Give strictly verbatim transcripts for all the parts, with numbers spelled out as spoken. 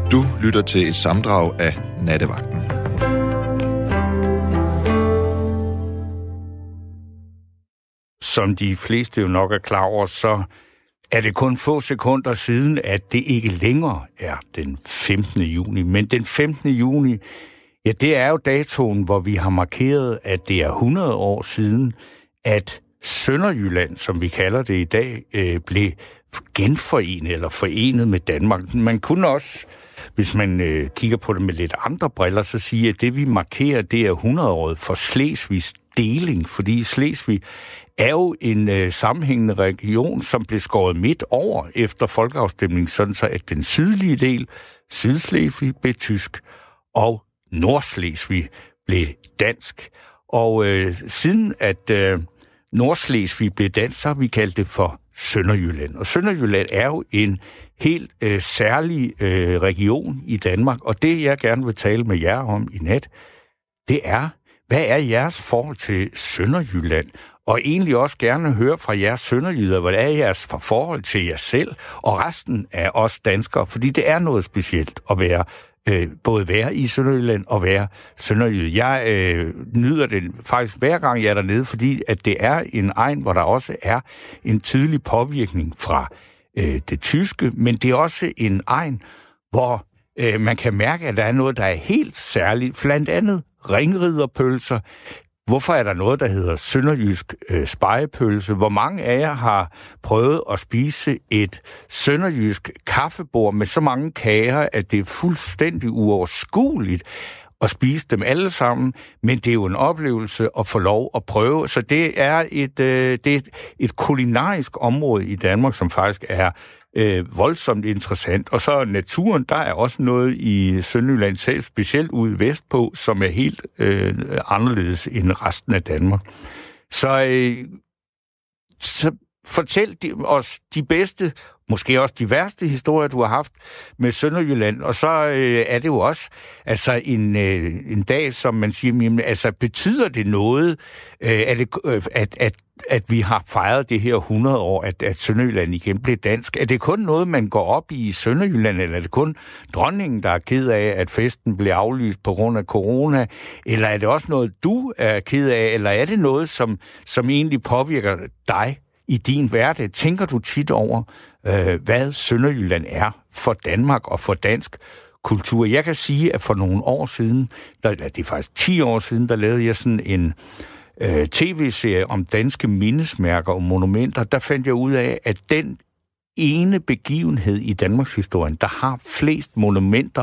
Du lytter til et sammendrag af Nattevagten. Som de fleste jo nok er klar over, så er det kun få sekunder siden, at det ikke længere er den femtende juni. Men den femtende juni, ja, det er jo datoen, hvor vi har markeret, at det er hundrede år siden, at Sønderjylland, som vi kalder det i dag, øh, blev genforenet eller forenet med Danmark. Man kunne også, hvis man øh, kigger på det med lidt andre briller, så sige, at det vi markerer, det er hundrede-året for Slesvigs deling, fordi Slesvig er jo en øh, sammenhængende region, som blev skåret midt over efter folkeafstemningen, sådan så at den sydlige del, Sydslesvig, blev tysk, og Nordslesvig blev dansk. Og øh, siden at øh, Nordslesvig blev dansk, så har vi kaldt det for Sønderjylland. Og Sønderjylland er jo en helt øh, særlig øh, region i Danmark, og det jeg gerne vil tale med jer om i nat, det er, hvad er jeres forhold til Sønderjylland? Og egentlig også gerne høre fra jeres sønderjyder, hvad er jeres forhold til jer selv og resten af os danskere, fordi det er noget specielt at være øh, både være i Sønderjylland og være sønderjyde. Jeg øh, nyder det faktisk hver gang jeg er dernede, fordi at det er en egn, hvor der også er en tydelig påvirkning fra øh, det tyske, men det er også en egn, hvor øh, man kan mærke, at der er noget, der er helt særligt, blandt andet ringriderpølser. Hvorfor er der noget, der hedder sønderjysk øh, spegepølse? Hvor mange af jer har prøvet at spise et sønderjysk kaffebord med så mange kager, at det er fuldstændig uoverskueligt at spise dem alle sammen, men det er jo en oplevelse at få lov at prøve. Så det er et, øh, det er et, et kulinarisk område i Danmark, som faktisk er øh, voldsomt interessant. Og så naturen, der er også noget i Sønderjylland selv, specielt ude vestpå, som er helt øh, anderledes end resten af Danmark. Så, øh, så fortæl de, os de bedste, måske også de værste historier, du har haft med Sønderjylland. Og så øh, er det jo også altså en, øh, en dag, som man siger, jamen, altså betyder det noget, øh, er det, øh, at, at, at vi har fejret det her hundrede år, at, at Sønderjylland igen blev dansk? Er det kun noget, man går op i i Sønderjylland, eller er det kun dronningen, der er ked af, at festen blev aflyst på grund af corona? Eller er det også noget, du er ked af, eller er det noget, som, som egentlig påvirker dig i din hverdag? Tænker du tit over, øh, hvad Sønderjylland er for Danmark og for dansk kultur? Jeg kan sige, at for nogle år siden, der, det er faktisk ti år siden, der lavede jeg sådan en øh, tv-serie om danske mindesmærker og monumenter. Der fandt jeg ud af, at den ene begivenhed i Danmarks historie, der har flest monumenter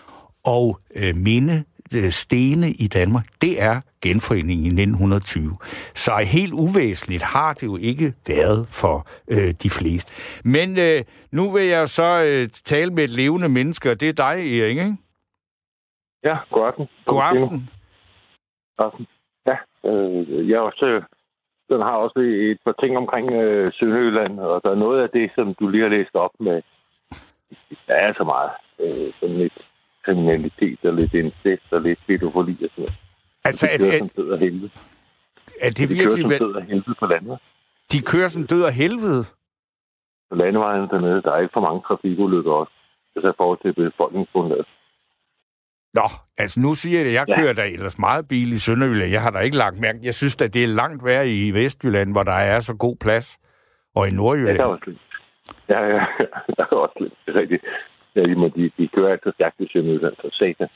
og øh, minde stene i Danmark, det er genforeningen i nitten tyve. Så helt uvæsentligt har det jo ikke været for øh, de fleste. Men øh, nu vil jeg så øh, tale med et levende menneske, og det er dig, Erik, ikke? Ja, god aften. God aften. God aften. Ja, øh, jeg også, den har også et par ting omkring øh, Sønderjylland, og der er noget af det, som du lige har læst op med. Der er så meget. Øh, sådan lidt kriminalitet og lidt incest og lidt pædofili og sådan noget. Altså, de kører at, som død af helvede. Er det de virkelig... kører som død af helvede på landet. De kører som død af helvede? På landevejen dernede, der er ikke for mange trafikulykker også. Det er i forhold til befolkningsgrundlaget. Nå, altså nu siger jeg, at jeg ja. kører der ellers meget bil i Sønderjylland. Jeg har da ikke lagt mærke. Jeg synes at det er langt værre i Vestjylland, hvor der er så god plads. Og i Nordjylland. Ja, der er også lidt. Ja, ja, der er også lidt. Det er rigtigt. Ja, de, de, de kører altid stærkt i Sønderjylland, så satan.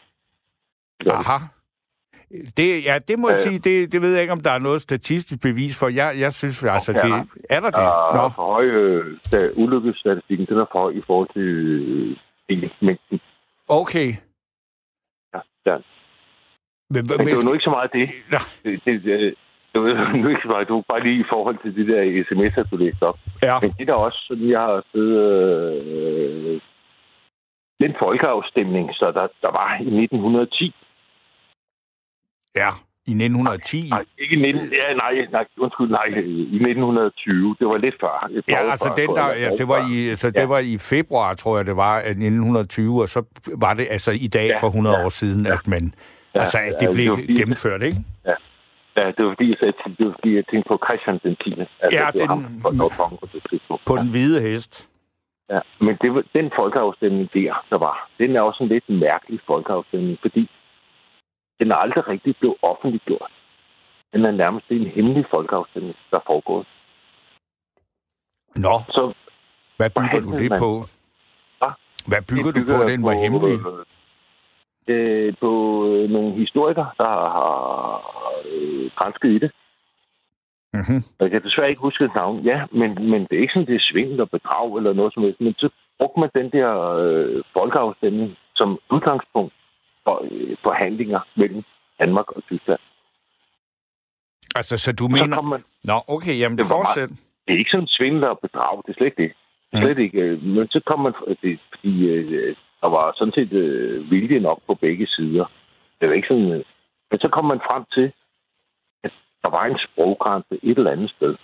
Aha. Det, ja, det må jeg ja. sige, det, det ved jeg ikke, om der er noget statistisk bevis for. Jeg, jeg synes, altså, ja, det, er der det? Nå. Er for høj, da ulykkesstatistikken, den er for høj i forhold til øh, mængden. Okay. Ja, ja. Men, men det er jo nu ikke så meget det. Det, det, det, det er nu ikke så meget. Det er bare lige i forhold til de der sms'er, du læste op. Ja. Men det er også, sådan jeg har siddet... Øh, den folkeafstemning, så der, der var i nitten ti. Ja, i nitten ti? Nej, ikke i nitten, ja, nej, nej, undskyld, nej, i nitten tyve. Det var lidt før. Ja, altså den der, ja, det var i, så det ja. var i februar, tror jeg, det var, nitten tyve, og så var det altså i dag ja, for hundrede ja, år siden, ja. at man, ja, altså at det ja, blev det fordi, gennemført, ikke? Ja. Ja, det var fordi, jeg, sagde, det var, fordi, jeg tænkte på Christian den tiende. Altså, ja, den, ham, på, på, på den hvide hest. Ja, men det var, den folkeafstemning der, der var, den er også en lidt mærkelig folkeafstemning, fordi den er aldrig rigtig blevet offentliggjort. Den er nærmest en hemmelig folkeafstemning, der er foregået. Nå, så hvad bygger du det man... på? Hva? Hvad bygger, bygger du på, den var på, hemmelig? Øh, på nogle historikere, der har øh, grænsket i det. Mm-hmm. Jeg kan desværre ikke huske et navn. Ja, men, men det er ikke sådan, det er svindel og bedrag eller noget som helst. Men så brugte man den der øh, folkeafstemning som udgangspunkt for øh, forhandlinger mellem Danmark og Tyskland. Altså, så du mener... Man... Nå, okay, jamen fortsæt. Meget... Det er ikke sådan svindel og bedrag, det er slet ikke det. Det er slet mm. ikke. Men så kom man... Det, fordi øh, der var sådan set øh, vilje nok på begge sider. Det var ikke sådan... Øh... Men så kom man frem til, der var en sproggrænse et eller andet sted.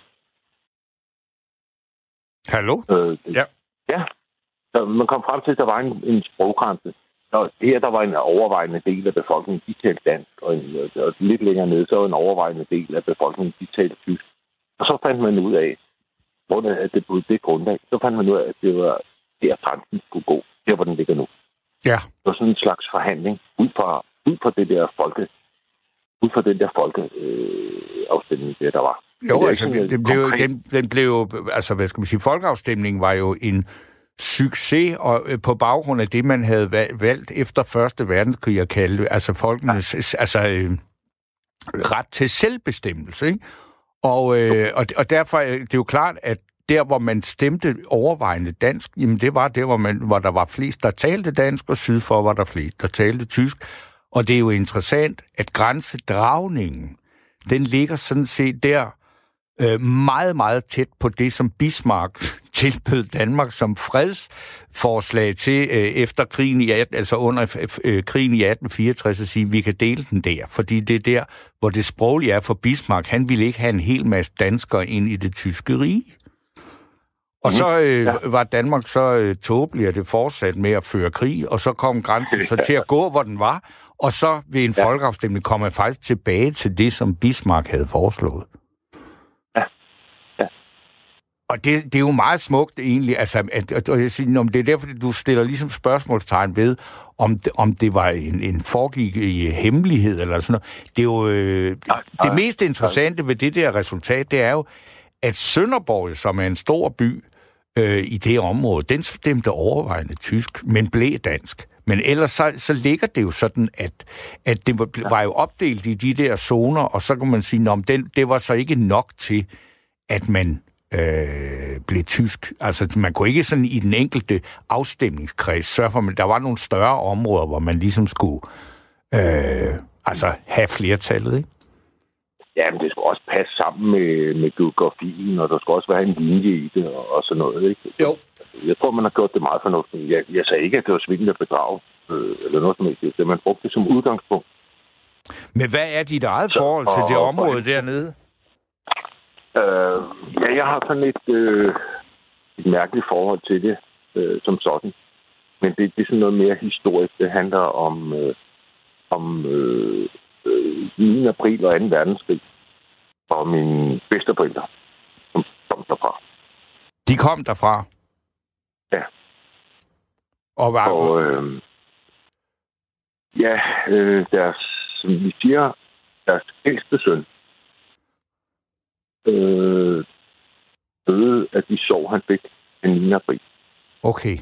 Hallo? Øh, ja. Ja. Så man kom frem til, at der var en, en sproggrænse. Og her, der var en overvejende del af befolkningen, de talte dansk. Og, en, og lidt længere nede, så var en overvejende del af befolkningen, de talte tysk. Og så fandt man ud af, hvor det, det på det grundlag, så fandt man ud af, at det var der grænsen skulle gå. Der, hvor den ligger nu. Ja. Det var sådan en slags forhandling ud fra, ud fra det der folke ud fra den der folkeafstemning, øh, der, der var. Jo, det altså, det, det blev, den, den blev jo, altså, hvad skal man sige, folkeafstemningen var jo en succes, og øh, på baggrund af det, man havde valgt efter første verdenskrig at kalde, altså folkenes, ja. altså, øh, ret til selvbestemmelse, ikke? Og, øh, og, og derfor er det jo klart, at der, hvor man stemte overvejende dansk, jamen det var der, hvor, man, hvor der var flest, der talte dansk, og syd for var der flest, der talte tysk. Og det er jo interessant, at grænsedragningen, den ligger sådan set der øh, meget, meget tæt på det, som Bismarck tilbød Danmark som fredsforslag til øh, efter krigen i, altså under øh, krigen i atten fireogtres, at sige, at vi kan dele den der. Fordi det er der, hvor det sproglige er for Bismarck. Han ville ikke have en hel masse danskere ind i det tyske rige. Og så øh, ja. var Danmark så øh, tåbelig, at det fortsatte med at føre krig, og så kom grænsen så til at gå, hvor den var, og så ved en ja. folkeafstemning kom man faktisk tilbage til det, som Bismarck havde foreslået. Ja. Ja. Og det, det er jo meget smukt egentlig, altså, at, og jeg siger, om det er derfor, du stiller ligesom spørgsmålstegn ved, om det, om det var en, en foregik i hemmelighed eller sådan noget. Det er jo øh, nej, det nej, mest interessante nej. ved det der resultat, det er jo, at Sønderborg, som er en stor by, Øh, i det område, den stemte overvejende tysk, men blev dansk. Men ellers så, så ligger det jo sådan, at, at det var, var jo opdelt i de der zoner, og så kan man sige, at den, det var så ikke nok til, at man øh, blev tysk. Altså, man kunne ikke sådan i den enkelte afstemningskreds sørge for, at der var nogle større områder, hvor man ligesom skulle øh, altså have flertallet, ikke? Ja, men det skal også passe sammen med, med geografien, og der skal også være en linje i det, og, og sådan noget, ikke? Jo. Jeg tror, man har gjort det meget fornuftigt. Jeg, jeg sagde ikke, at det var svindel at bedrage, øh, eller noget som helst. Det man brugte det som udgangspunkt. Men hvad er dit eget Så, forhold til og, det område og, dernede? Øh, ja, jeg har sådan et, øh, et mærkeligt forhold til det, øh, som sådan. Men det, det er sådan noget mere historisk. Det handler om... Øh, om øh, niende april og anden verdenskrig, og mine bedsteforældre, som kom derfra. De kom derfra? Ja. Og var... Og, øh, ja, øh, deres, som vi siger, deres ældste søn, øh, døde, at de sov, han fik den niende april. Okay.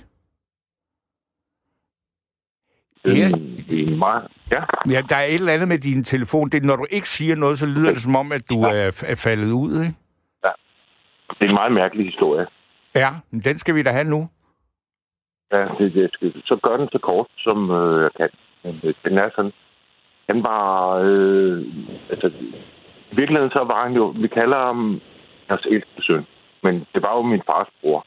Ja. Det er meget, ja. Ja, der er et eller andet med din telefon. Det, når du ikke siger noget, så lyder det som om, at du ja. er, er faldet ud, ikke? Ja. Det er en meget mærkelig historie. Ja, men den skal vi da have nu. Ja, det, det skal, så gør den så kort, som øh, jeg kan. Men den er sådan... Han var... Øh, altså, i virkeligheden så var han jo... Vi kalder ham hans ældste søn. Men det var jo min fars bror.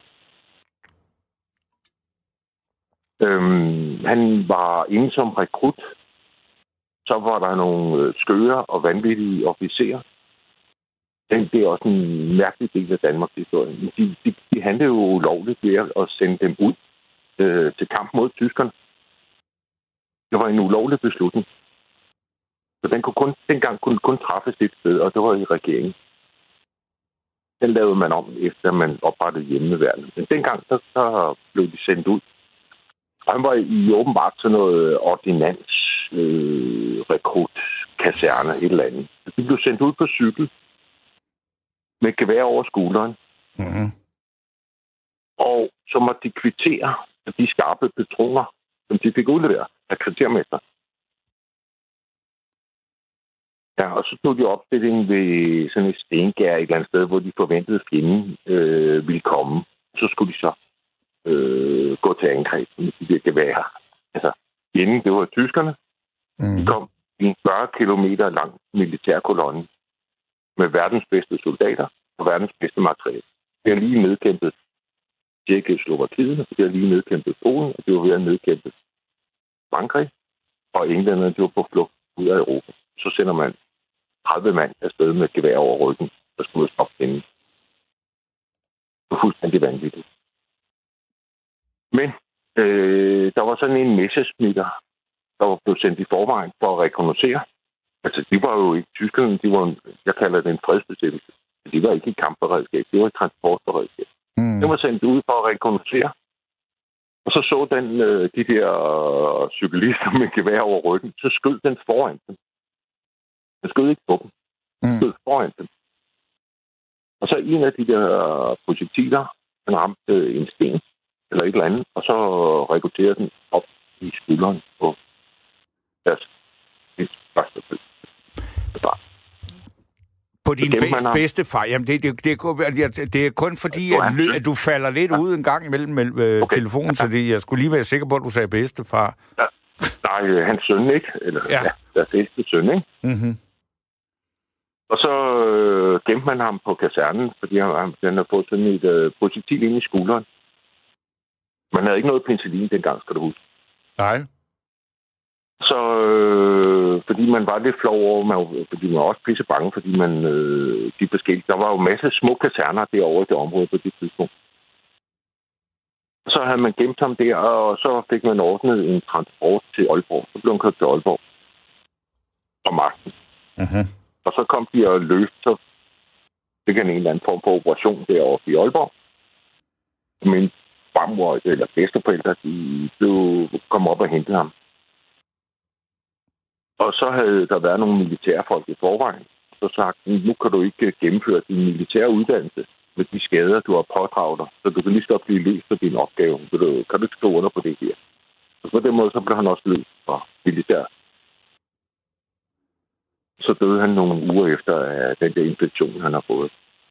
Øhm, han var inde som rekrut. Så var der nogle skøre og vanvittige officerer. Det er også en mærkelig del af Danmarks historie. De, de, de handlede jo ulovligt ved at sende dem ud øh, til kamp mod tyskerne. Det var en ulovlig beslutning. Så den kunne kun, dengang kunne kun træffes et sted, og det var i regeringen. Den lavede man om, efter man oprettede hjemmeværnet. Men dengang, så, så blev de sendt ud. Og han var i åbenbart sådan noget ordinans, øh, rekrut, kaserne, et eller andet. Så de blev sendt ud på cykel med gevær over skulderen. Mm-hmm. Og så måtte de kvittere de skarpe patroner, som de fik udleveret af kvartermester. Ja, og så tog de opstilling ved sådan et stengær et eller andet sted, hvor de forventede fjenden øh, ville komme. Så skulle de så øh, gå til angreb med de der geværer. Altså, fjenden, det var tyskerne. Mm. De kom i en fyrre kilometer lang militærkolonne med verdens bedste soldater og verdens bedste materiel. Det har lige nedkæmpet Tjekkoslovakiet, og det har lige nedkæmpet Polen, og det var ved at nedkæmpe Frankrig, og englænderne, de var på flugt ud af Europa. Så sender man tredive mand afsted med gevær over ryggen, og skulle stoppe hende. Det var fuldstændig vanvittigt. Men øh, der var sådan en messesmitter, der var blevet sendt i forvejen for at rekognoscere. Altså, de var jo ikke tyskerne, de var, jeg kalder det en fredsbesættelse. De var ikke i kampberedskab, de var i transportberedskab. Mm. Den var sendt ud for at rekognoscere. Og så så den øh, de der øh, cyklister med gevær over ryggen, så skød den foran dem. Den skød ikke på dem. Den skød mm. foran dem. Og så en af de der projektiler, den ramte en sten, eller et eller andet, og så rekrutterede den op i skulderen på deres første følge. På din bedste, bedste far. Jamen, det, det, det, det, det er kun fordi, at, at du falder lidt ja. ud en gang mellem med, øh, okay. telefonen, så det, jeg skulle lige være sikker på, at du sagde bedstefar. Ja. Nej, hans søn, ikke? Eller, ja. ja, deres bedste søn, ikke? Mm-hmm. Og så øh, gemte man ham på kasernen, fordi han, han havde fået sådan et øh, projektil ind i skulderen. Man havde ikke noget penicillin dengang, skal du huske. Nej. Så øh, fordi man var lidt flov over, man, fordi man var også pisse bange, fordi man øh, de forskellige, der var jo masser af små kaserner derovre i det område på det tidspunkt. Så havde man gemt ham der, og så fik man ordnet en transport til Aalborg. Så blev han kørt til Aalborg om aftenen. Uh-huh. Og så kom de og løste, så fik han en eller anden form for operation derovre i Aalborg. Min farmor eller bedsteforældre, de blev kom op og hentede ham. Og så havde der været nogle militærfolk i forvejen. Så sagt, nu kan du ikke gennemføre din militære uddannelse med de skader, du har pådraget dig. Så du kan lige så godt blive løst for din opgave. Kan du, kan du ikke stå under på det her? Og på den måde, så blev han også løst fra militær. Så døde han nogle uger efter af den der infektion, han har fået.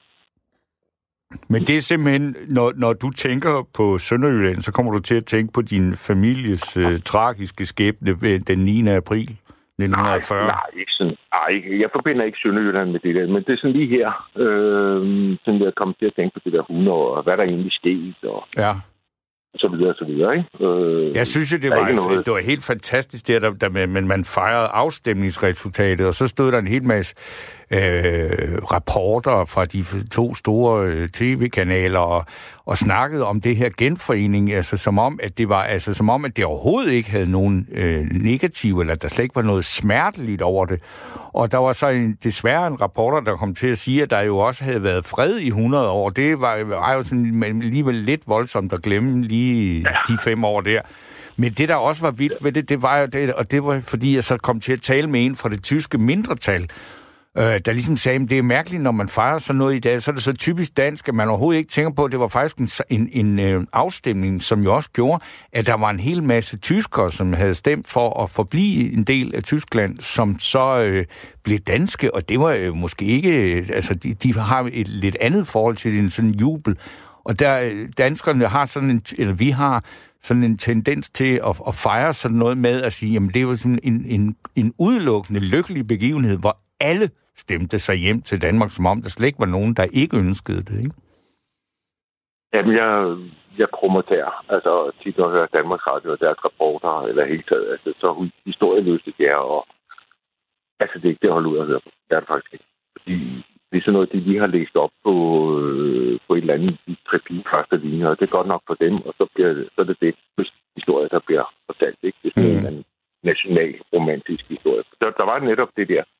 Men det er simpelthen, når, når du tænker på Sønderjylland, så kommer du til at tænke på din families øh, tragiske skæbne den niende april nitten fyrre. Nej, nej, ikke sådan. Nej, jeg forbinder ikke Sønderjylland med det der, men det er sådan lige her, øh, sådan jeg kommer til at tænke på det der hundrede år, og hvad der egentlig skete, og, ja. og så videre, og så videre, ikke? Øh, jeg synes jo, det var, det var helt fantastisk, der, der, der men man fejrede afstemningsresultatet, og så stod der en hel masse øh, rapporter fra de to store øh, tv-kanaler og, og snakkede om det her genforening, altså som om, at det var, altså som om, at det overhovedet ikke havde nogen øh, negativ, eller der slet ikke var noget smerteligt over det. Og der var så en, desværre en rapporter, der kom til at sige, at der jo også havde været fred i hundrede år. Det var, var jo sådan alligevel lidt voldsomt at glemme lige de fem år der. Men det, der også var vildt ved det, det var jo det, og det var fordi, jeg så kom til at tale med en fra det tyske mindretal, øh, der ligesom sagde, at det er mærkeligt, når man fejrer sådan noget i dag, så er det så typisk dansk, at man overhovedet ikke tænker på, at det var faktisk en, en, en øh, afstemning, som jo også gjorde, at der var en hel masse tyskere, som havde stemt for at forblive en del af Tyskland, som så øh, blev danske, og det var øh, måske ikke, øh, altså de, de har et lidt andet forhold til en sådan jubel. Og der danskerne har sådan en, eller vi har sådan en tendens til at, at fejre sådan noget med at sige, jamen det var sådan en, en, en udelukkende lykkelig begivenhed, hvor alle stemte sig hjem til Danmark, som om der slet ikke var nogen, der ikke ønskede det, ikke? Jamen, jeg, jeg krummer der. Altså, tit at høre Danmarks Radio og deres rapporter, eller helt taget, altså, så historieløst det er, og altså, det er ikke det at holde ud at høre på. Det er det faktisk ikke. Fordi det er sådan noget, de lige har læst op på, øh, på et eller andet i tre-fire første linjer, og det er godt nok for dem, og så, bliver, så er det det historie, der bliver fortalt, ikke? Det er sådan mm. en national romantisk historie. Der, der var netop det der,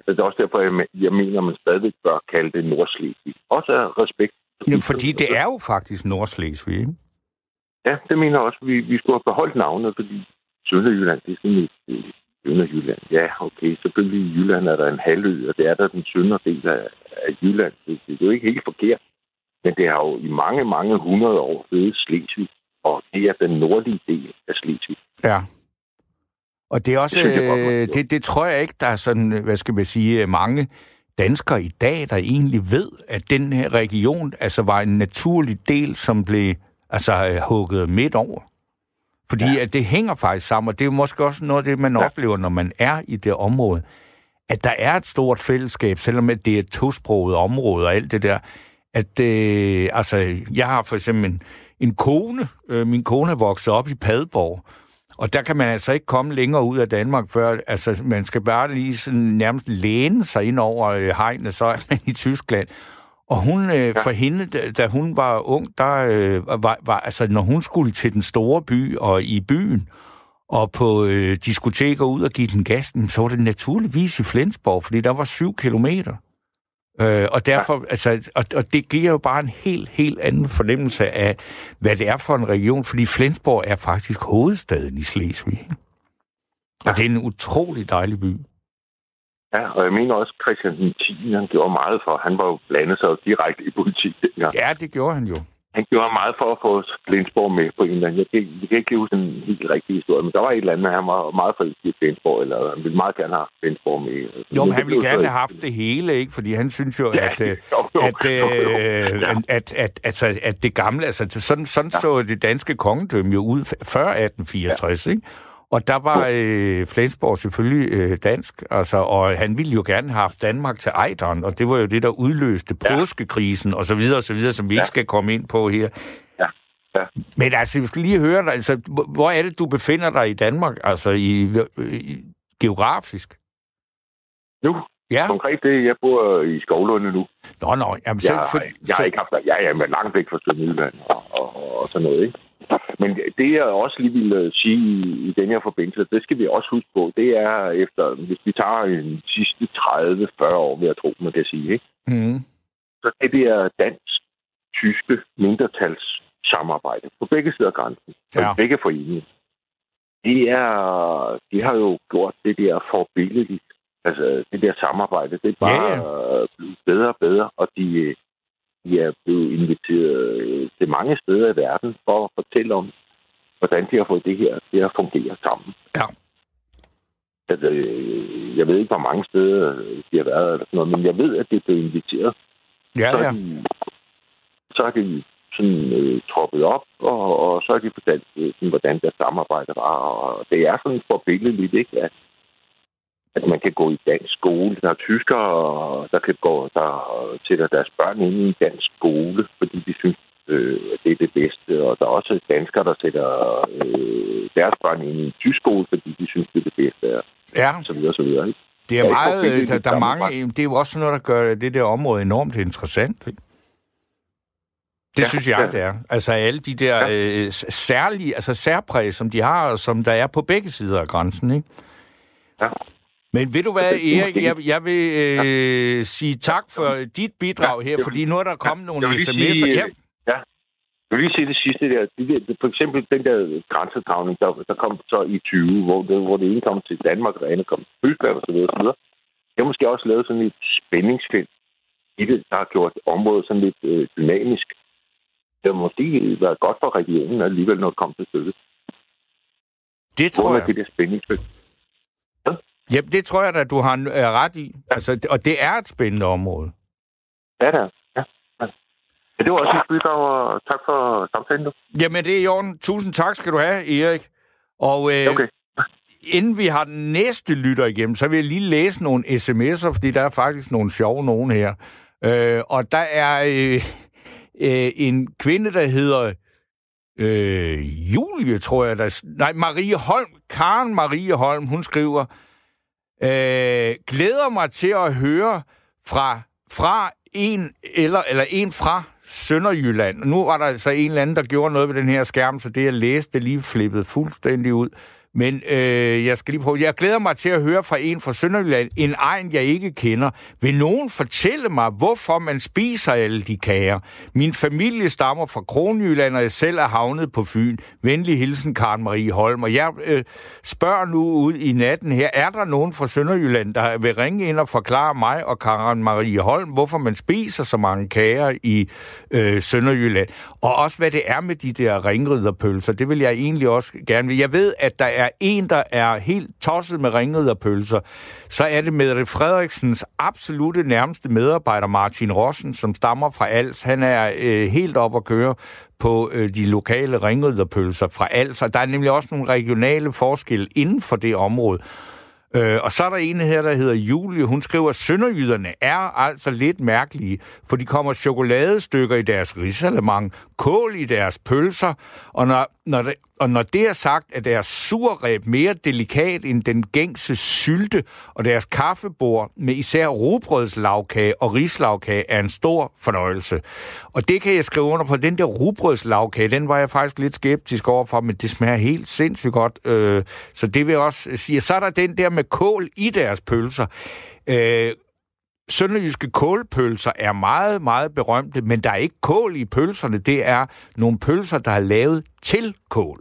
Det er også derfor, jeg, jeg mener, at man stadig bør kalde det Nordslesvig. Også af respekt. Jamen, fordi det er jo faktisk Nordslesvig, ikke? Ja, det mener jeg også. Vi, vi skulle have beholdt navnet, fordi Sønderjylland, det er sådan et Sønderjylland. Ja, okay, selvfølgelig i Jylland er der en halvø, og det er der den søndre del af, af Jylland. Det, det er jo ikke helt forkert, men det har jo i mange, mange hundrede år været Slesvig, og det er den nordlige del af Slesvig. Ja. Og det er også, det, jeg godt, øh, det, det tror jeg ikke, der er sådan, hvad skal man sige, mange danskere i dag, der egentlig ved, at den her region altså var en naturlig del, som blev altså hugget midt over. Fordi ja. at det hænger faktisk sammen, og det er måske også noget af det, man ja. oplever, når man er i det område, at der er et stort fællesskab, selvom det er et tosproget område og alt det der. At, øh, altså, jeg har for eksempel en, en kone, øh, min kone er vokset op i Padborg, og der kan man altså ikke komme længere ud af Danmark, før altså, man skal bare lige sådan nærmest læne sig ind over øh, hegnet, så er man i Tyskland. Og hun, øh, ja. for hende, da, da hun var ung, der øh, var, var, altså når hun skulle til den store by og i byen, og på øh, diskoteker ud og give den gas, så var det naturligvis i Flensborg, fordi der var syv kilometer. Øh, og derfor, ja. altså, og, og det giver jo bare en helt, helt anden fornemmelse af, hvad det er for en region, fordi Flensborg er faktisk hovedstaden i Slesvig. Ja. Og det er en utrolig dejlig by. Ja, og jeg mener også, at Christian den tiende, han gjorde meget for, han var jo blandet sig direkte i politik dengang. Ja, det gjorde han jo. Han gjorde meget for at få Flensborg med på en eller anden. Jeg kan, jeg kan ikke huske en helt rigtig historie, men der var et eller andet, han var meget forelsket i Flensborg, eller han ville meget gerne have Flensborg med. Jo, men han ville gerne have haft det hele, ikke? Fordi han synes jo, ja, at, jo, jo, at, jo, jo, jo. Ja. at, at, at, altså, at det gamle, altså sådan, sådan ja. så det danske kongedømme jo ud før atten fireogtres, ja. ikke? Og der var øh, Flensborg selvfølgelig øh, dansk, altså, og han ville jo gerne have haft Danmark til Ejderen, og det var jo det, der udløste ja. påskekrisen, og så videre, og så videre, som vi ja. ikke skal komme ind på her. Ja. Ja. Men altså, vi skal lige høre dig, altså, hvor er det, du befinder dig i Danmark, altså i, i geografisk? Nu? Ja. Konkret det, jeg bor i Skovlunde nu. Nå, nå, jamen så... Jeg, for, jeg har så... ikke haft... Jeg er langt væk fra Sønderjylland og, og, og sådan noget, ikke? Men det, jeg også lige vil sige i den her forbindelse, det skal vi også huske på, det er efter, hvis vi tager en sidste tredive til fyrre år, vil jeg tro, man kan sige, ikke? Mm. Så det der dansk-tyske mindretals samarbejde på begge sider af grænsen, ja. på begge foreninger, det er, de har jo gjort det der forbilledigt. Altså, det der samarbejde, det er bare yeah. blevet bedre og bedre, og de, de er blevet inviteret til mange steder i verden for at fortælle om, hvordan de har fået det her til at fungere sammen. Ja. Altså, jeg ved ikke, hvor mange steder de har været, eller sådan noget, men jeg ved, at det er blevet inviteret. Ja, så, ja. De, så har de sådan øh, troppet op, og, og så har de fortalt, sådan, hvordan deres samarbejde var, og det er sådan forbilledeligt, ikke? At at man kan gå i dansk skole. Der er tyskere, der kan gå, der sætter deres børn ind i en dansk skole, fordi de synes, øh, at det er det bedste. Og der er også danskere, der sætter øh, deres børn ind i en tysk skole, fordi de synes, det er det bedste. Ja. Så videre, så videre. Ikke? Det er ja, meget, der, der, der er mange, det er jo også noget, der gør det der område enormt interessant. Ikke? Det ja, synes jeg, ja. det er. Altså alle de der ja. øh, særlige, altså særpræg, som de har, og som der er på begge sider af grænsen, ikke? Ja. Men ved du hvad, Erik, jeg, jeg vil øh, sige tak for dit bidrag her, fordi nu er der kommet ja, nogle sms'er. Ja. ja, jeg vil lige sige det sidste der. For eksempel den der grænsedragning, der, der kom så i tyve, hvor det, hvor det ene kom til Danmark, og det andet kom til Tyskland osv. Jeg har måske også lavet sådan et spændingsfelt i det, der har gjort området sådan lidt øh, dynamisk. Det har måske været godt for regionen alligevel, når det kom til stykket. Det tror jeg. Det der spændingsfelt. Ja, det tror jeg da, du har ret i. Ja. Altså, og det er et spændende område. Ja, det er. Ja. Ja. Det var også et bidrag, og tak for samtalen. Jamen, det er i orden. Tusind tak skal du have, Erik. Og øh, okay. inden vi har den næste lytter igennem, så vil jeg lige læse nogle sms'er, fordi der er faktisk nogle sjove nogen her. Øh, og der er øh, øh, en kvinde, der hedder øh, Julie, tror jeg. Der, nej, Marie Holm. Karen Marie Holm, hun skriver... Øh, glæder mig til at høre fra, fra en eller, eller en fra Sønderjylland. Nu var der så en eller anden, der gjorde noget ved den her skærm, så det jeg læste, det lige flippede fuldstændig ud. Men øh, jeg skal lige prøve. Jeg glæder mig til at høre fra en fra Sønderjylland, en egen, jeg ikke kender. Vil nogen fortælle mig, hvorfor man spiser alle de kager? Min familie stammer fra Kronjylland, og jeg selv er havnet på Fyn. Venlig hilsen, Karen Marie Holm. Og jeg øh, spørger nu ud i natten her, er der nogen fra Sønderjylland, der vil ringe ind og forklare mig og Karen Marie Holm, hvorfor man spiser så mange kager i øh, Sønderjylland? Og også, hvad det er med de der ringridderpølser. Det vil jeg egentlig også gerne vil. Jeg ved, at der er en, der er helt tosset med ringridderpølser. Så er det Mette Frederiksens absolutte nærmeste medarbejder, Martin Rossen, som stammer fra Als. Han er øh, helt op at køre på øh, de lokale ringridderpølser fra Als. Og der er nemlig også nogle regionale forskelle inden for det område. Øh, og så er der en her, der hedder Julie. Hun skriver, at sønderjyderne er altså lidt mærkelige, for de kommer chokoladestykker i deres risalemang, kål i deres pølser, og når, når det, og når det er sagt, at deres surreb mere delikat end den gængse sylte, og deres kaffebord med især rugbrødslagkage og rislagkage er en stor fornøjelse. Og det kan jeg skrive under på. Den der rugbrødslagkage, den var jeg faktisk lidt skeptisk overfor, men det smager helt sindssygt godt. Øh, så det vil jeg også sige. Så er der den der med kål i deres pølser. Øh, Sønderjyske kålpølser er meget, meget berømte, men der er ikke kål i pølserne. Det er nogle pølser, der er lavet til kål.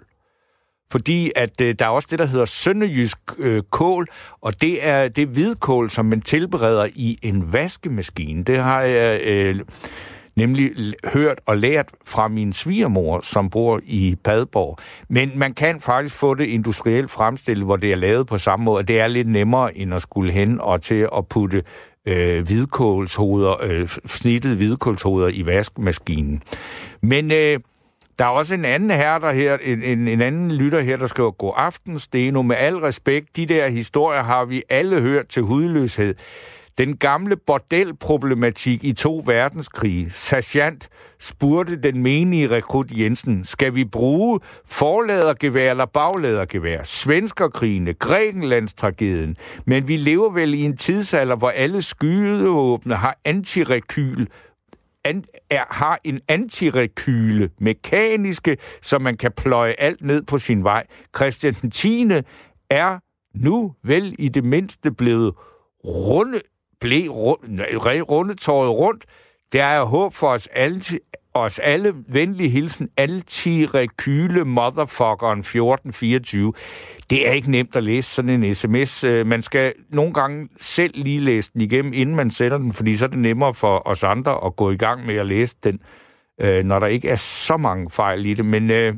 Fordi at øh, der er også det, der hedder sønderjysk øh, kål, og det er det hvidkål, som man tilbereder i en vaskemaskine. Det har jeg øh, nemlig hørt og lært fra min svigermor, som bor i Padborg. Men man kan faktisk få det industrielt fremstillet, hvor det er lavet på samme måde. Det er lidt nemmere, end at skulle hen og til at putte øh, hvidkålshoveder, øh, snittede hvidkålshoveder i vaskemaskinen. Men øh, der er også en anden her, der her, en, en, en anden lytter her, der skriver, god aften, Steno. Med al respekt, de der historier har vi alle hørt til hudløshed. Den gamle bordelproblematik i to verdenskrige. Sergeant spurgte den menige rekrut Jensen, skal vi bruge forladergevær eller bagladergevær? Svenskerkrigene, Grækenlandstragedien. Men vi lever vel i en tidsalder, hvor alle skydevåbne har antirekyl, an, er, har en antirekyle, mekaniske, så man kan pløje alt ned på sin vej. Christian den tiende er nu vel i det mindste blevet runde, blev rundetåret rundt. Der er håb for os alle, os alle. Venlig hilsen, antirekyle motherfuckeren fjorten fireogtyve. Det er ikke nemt at læse sådan en sms. Man skal nogle gange selv lige læse den igennem, inden man sender den, fordi så er det nemmere for os andre at gå i gang med at læse den, når der ikke er så mange fejl i det. Men øh,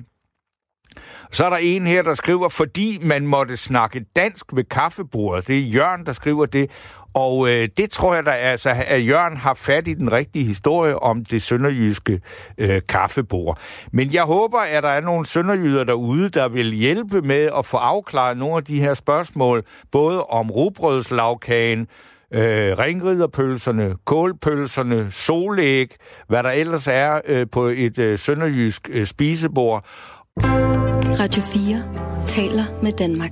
så er der en her, der skriver, fordi man måtte snakke dansk ved kaffebordet. Det er Jørgen, der skriver det. Og øh, det tror jeg, der er, altså, at Jørgen har fat i den rigtige historie om det sønderjyske øh, kaffebord. Men jeg håber, at der er nogle sønderjyder derude, der vil hjælpe med at få afklaret nogle af de her spørgsmål, både om rugbrødslagkagen, øh, ringridderpølserne, kålpølserne, solæg, hvad der ellers er øh, på et øh, sønderjysk øh, spisebord. Radio fire taler med Danmark.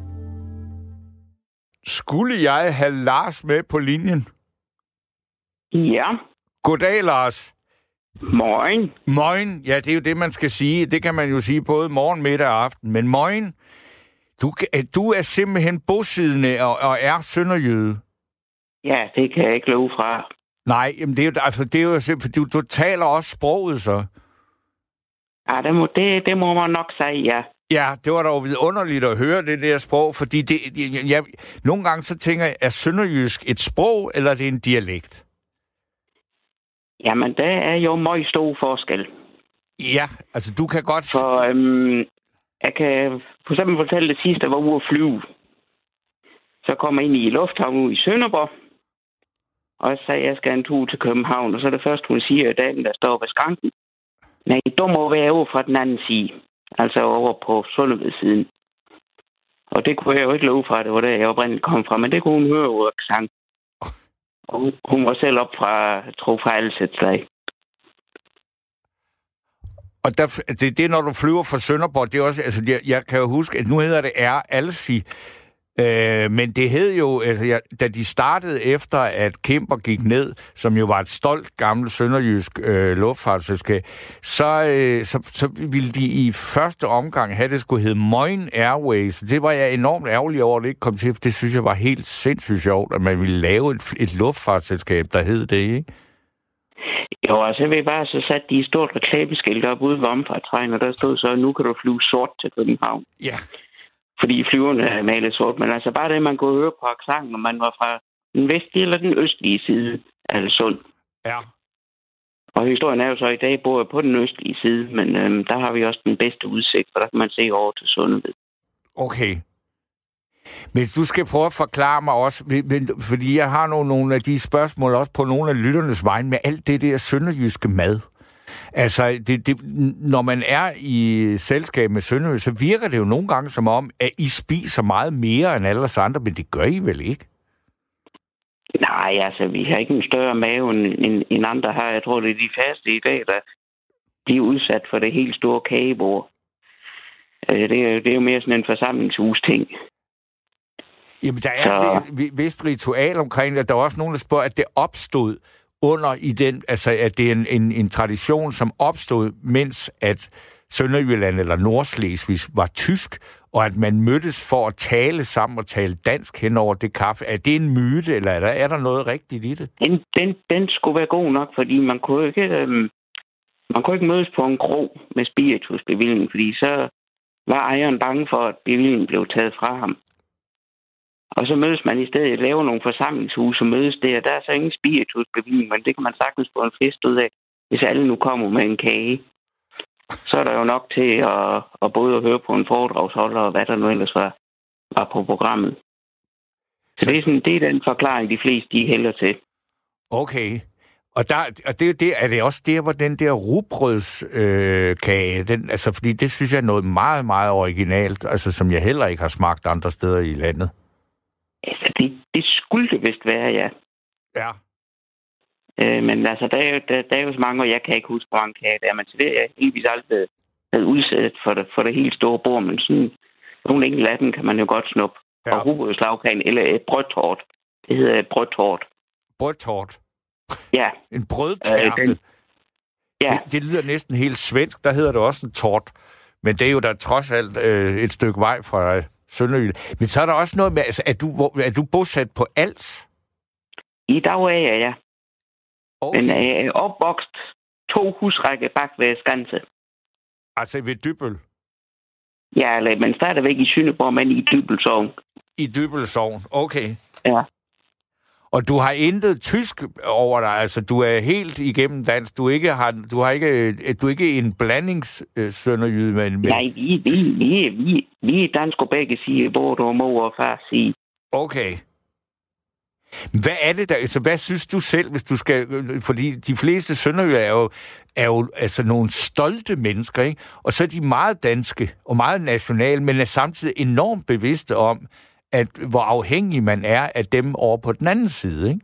Skulle jeg have Lars med på linjen? Ja. Goddag, Lars. Morgen. Morgen, ja, det er jo det, man skal sige. Det kan man jo sige både morgen, middag og aften. Men morgen, du, du er simpelthen bosiddende og, og er sønderjyde. Ja, det kan jeg ikke love fra. Nej, jamen det er jo, altså, det er jo simpelthen, du, du taler også sproget, så. Ja, det må, det, det må man nok sige, ja. Ja, det var da jo vidunderligt at høre det der sprog, fordi det, jeg, jeg, nogle gange så tænker jeg, er sønderjysk et sprog, eller er det en dialekt? Jamen, der er jo meget stor forskel. Ja, altså du kan godt... For øhm, jeg kan for eksempel fortælle det sidste, jeg var ude at flyve. Så kom jeg ind i lufthavnen ude i Sønderborg, og jeg sagde, at jeg skal en tur til København, og så er det første, hun siger, at damen, der står ved skranken. Nej, du må være over fra den anden side. Altså over på Sundeved-siden. Og det kunne jeg jo ikke love fra, det var der, jeg oprindeligt kom fra, men det kunne hun høre over accent. Og hun, hun var selv op fra, jeg tror, fra Alsætslag. Og der, det, det er, når du flyver fra Sønderborg, det er også, altså, jeg, jeg kan jo huske, at nu hedder det R. Alsi. Øh, men det hed jo, altså, jeg, da de startede efter, at Kimber gik ned, som jo var et stolt gammelt sønderjysk øh, luftfartsselskab, så, øh, så, så ville de i første omgang have, det skulle hedde Moin Airways. Det var jeg enormt ærgerlig over, at det ikke kom til, for det synes jeg var helt sindssygt sjovt, at man ville lave et, et luftfartsselskab, der hed det, ikke? Jo, altså jeg ved bare, så satte de et stort reklameskilt op ude ved omfartsvejen, og der stod så, nu kan du flyve sort til København. Ja. Fordi flyverne er malet sort, men altså bare det, man kunne høre på accenten, når man var fra den vestlige eller den østlige side af Alsund. Ja. Og historien er jo så, i dag bor jeg på den østlige side, men øhm, der har vi også den bedste udsigt, for der kan man se over til Sundeved. Okay. Men du skal prøve at forklare mig også, fordi jeg har nogle, nogle af de spørgsmål også på nogle af lytternes vegne med alt det der sønderjyske mad. Altså, det, det, når man er i selskab med sønderjysk, så virker det jo nogle gange som om, at I spiser meget mere end alle os andre, men det gør I vel ikke? Nej, altså, vi har ikke en større mave end, end andre har. Jeg tror, det er de faste i dag, der bliver udsat for det helt store kagebord. Det er, det er jo mere sådan en forsamlingshus-ting. Jamen, der er et vist ritual omkring det. Der er også nogen, der spørger, at det opstod under i den, altså at det er en, en, en tradition, som opstod, mens at Sønderjylland eller Nordslesvig var tysk, og at man mødtes for at tale sammen og tale dansk hen over det kaffe. Er det en myte, eller er der, er der noget rigtigt i det? Den, den, den skulle være god nok, fordi man kunne ikke, øhm, man kunne ikke mødes på en krog med spiritusbevilling, fordi så var ejeren bange for, at bevillingen blev taget fra ham. Og så mødes man i stedet, laver nogle forsamlingshuse og mødes der. Der er så ingen spiritusbevilling, men det kan man sagtens få en fest ud af, hvis alle nu kommer med en kage. Så er der jo nok til at, at både at høre på en foredragsholder og hvad der nu ellers var, var på programmet. Så det er, sådan, det er den forklaring, de fleste de hælder til. Okay. Og, der, og det, det, er det også der, hvor den der rugbrødskage, øh, den, altså, fordi det synes jeg er noget meget, meget originalt, altså, som jeg heller ikke har smagt andre steder i landet. Altså, det, det skulle det vist være, ja. Ja. Øh, men altså, der er, jo, der, der er jo så mange, og jeg kan ikke huske, hvor en kage der, men så det er jeg heldigvis aldrig havde udsat for det, for det helt store bord, men sådan nogle enkelte af dem kan man jo godt snuppe. Ja. Og rugbrødslagkagen, eller et brødtort. Det hedder et brødtort. Brødtort? Ja. En brødtærte? Øh, den... Ja. Det, det lyder næsten helt svensk, der hedder det også en tort. Men det er jo da trods alt øh, et stykke vej fra øh, Sønderjylland. Men så er der også noget med, altså, er du, hvor, er du bosat på Als? I dag er jeg, ja. Okay. Men jeg er opvokset to husrække bag ved Skanse. Altså ved Dybbøl? Ja, men stadigvæk i Sønderborg, men i Dybbølsovn. I Dybbølsovn, okay. Ja. Og du har intet tysk over dig, altså du er helt igennem dansk. Du ikke har, du har ikke, du er ikke en blandingssønderjyde, men, men nej, vi, vi, vi, vi, vi er dansk og begge siger, hvor du mor og far siger. Okay. Hvad er det der, altså hvad synes du selv, hvis du skal, fordi de fleste sønderjyder er jo, er jo altså nogle stolte mennesker, ikke? Og så er de meget danske og meget nationale, men er samtidig enormt bevidste om, at hvor afhængig man er af dem over på den anden side, ikke?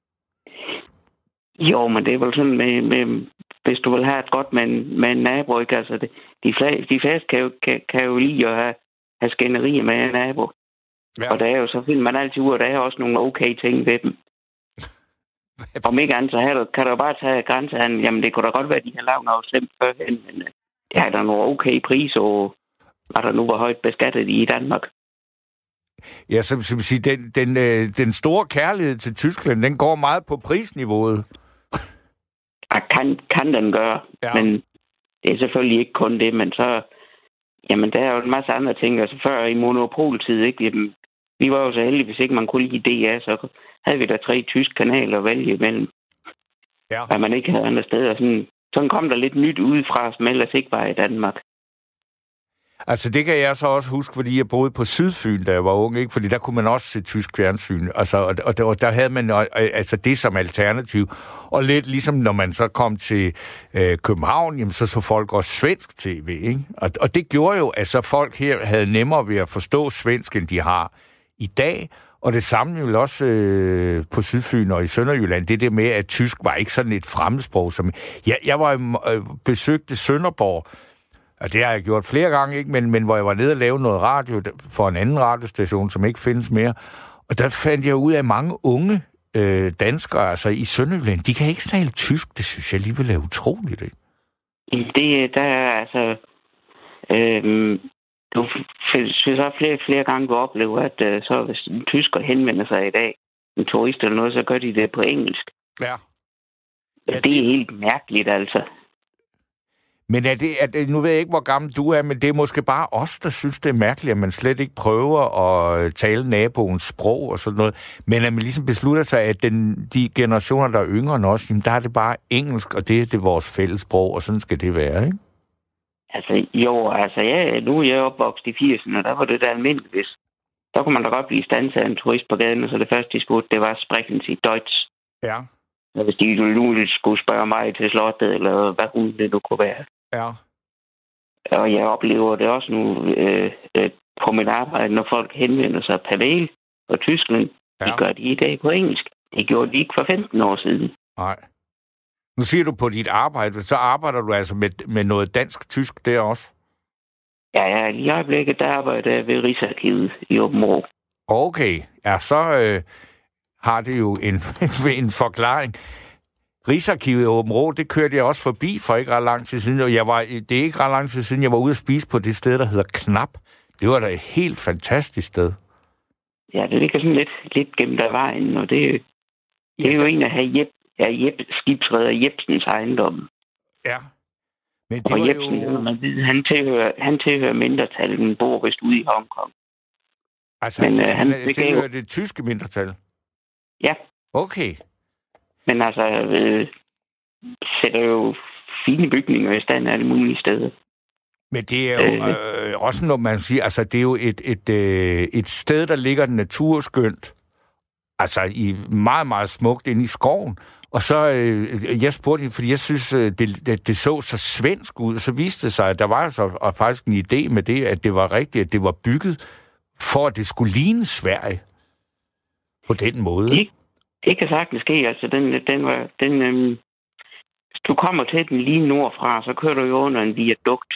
Jo, men det er vel sådan, med, med, hvis du vil have et godt med en, med en nabo, ikke? Altså, det, de fleste, de fleste kan, jo, kan, kan jo lide at have, have skænderier med en nabo. Ja. Og der er jo, så finder man altid ud, og der er også nogle okay ting ved dem. Om ikke andet, så her, kan du jo bare tage grænsehandel. Jamen, det kunne da godt være, at de har lavet noget slemt førhen, men det er der nogle okay priser, og var der nu var højt beskattet i Danmark. Ja, så vil sige, den, den, øh, den store kærlighed til Tyskland, den går meget på prisniveauet. Ja, kan, kan den gøre, ja. Men det er selvfølgelig ikke kun det, men så, jamen, der er jo en masse andre ting. Altså før i monopoltid, ikke? Jamen, vi var jo så heldige, hvis ikke man kunne lide D R, så havde vi der tre tyske kanaler at vælge imellem. Ja. Og man ikke havde andre steder. Sådan, sådan kom der lidt nyt udefra, som ellers ikke var i Danmark. Altså, det kan jeg så også huske, fordi jeg boede på Sydfyn, da jeg var ung, ikke? Fordi der kunne man også se tysk fjernsyn. Altså, og, og, og der havde man altså det som alternativ. Og lidt ligesom, når man så kom til øh, København, jamen, så så folk også svensk tv, ikke? Og, og det gjorde jo, at så folk her havde nemmere ved at forstå svensk, end de har i dag. Og det samme jo også øh, på Sydfyn og i Sønderjylland, det der med, at tysk var ikke sådan et fremmedsprog. Som jeg, jeg var øh, besøgte Sønderborg, Og det har jeg gjort flere gange, ikke? Men, men hvor jeg var nede og lave noget radio for en anden radiostation, som ikke findes mere. Og der fandt jeg ud af, mange unge øh, danskere, altså i Sønderjylland, de kan ikke tale tysk. Det synes jeg alligevel er utroligt, ikke? Det, der er altså... Øh, du synes også flere, flere gange, du oplever, at øh, så hvis en tysker henvender sig i dag, en turist eller noget, så gør de det på engelsk. Ja. Ja, det er helt mærkeligt, altså. Men er det, er det, nu ved jeg ikke, hvor gammel du er, men det er måske bare os, der synes, det er mærkeligt, at man slet ikke prøver at tale naboens sprog og sådan noget. Men at man ligesom beslutter sig, at den, de generationer, der er yngre end os, der er det bare engelsk, og det er det vores fælles sprog, og sådan skal det være, ikke? Altså, jo, altså, ja, nu er jeg opvokset i firserne, og der var det der almindeligt, hvis. Der kunne man da godt blive standset af en turist på gaden, og så det første, de spurgte, det var sprechen Sie Deutsch. Ja. Og hvis de nu skulle spørge mig til slottet, eller hvad hun det nu kunne være. Ja. Og jeg oplever det også nu øh, øh, på mit arbejde, når folk henvender sig per mail fra Tyskland. Ja. De gør de i dag på engelsk. Det gjorde de ikke for femten år siden. Nej. Nu siger du på dit arbejde, så arbejder du altså med, med noget dansk-tysk der også? Ja, ja, i øjeblikket der arbejder jeg ved Rigsarkivet i Aabenraa. Okay, ja, så øh, har det jo en, en forklaring. Rigsarkivet i Aabenraa, det kørte jeg også forbi for ikke ret lang tid siden. Og jeg var, det er ikke ret lang tid siden, jeg var ude at spise på det sted, der hedder Knap. Det var da et helt fantastisk sted. Ja, det ligger sådan lidt, lidt gennem der vejen, og det, det er ja, jo en af her Jeb, ja, Jeb, skibsreder Jebsens ejendom. Ja. Men det og var Jebsen, jo... man ved, han tilhører, han tilhører mindretallet, men bor vist ude i Hongkong. Altså, men, han, han, han tilhører det tyske mindretal? Ja. Okay. Men altså, øh, sætter jo fine bygninger i stand af alle mulige steder. Men det er jo øh, øh, også, når man siger, altså det er jo et, et, øh, et sted, der ligger naturskønt, altså i meget, meget smukt inde i skoven. Og så, øh, jeg spurgte, fordi jeg synes, det, det, det så så svensk ud, og så viste det sig, at der var altså faktisk en idé med det, at det var rigtigt, at det var bygget for, at det skulle ligne Sverige på den måde. Det, det kan sagtens ske, altså den, den var, den, øhm, hvis du kommer til den lige nordfra, så kører du jo under en viadukt.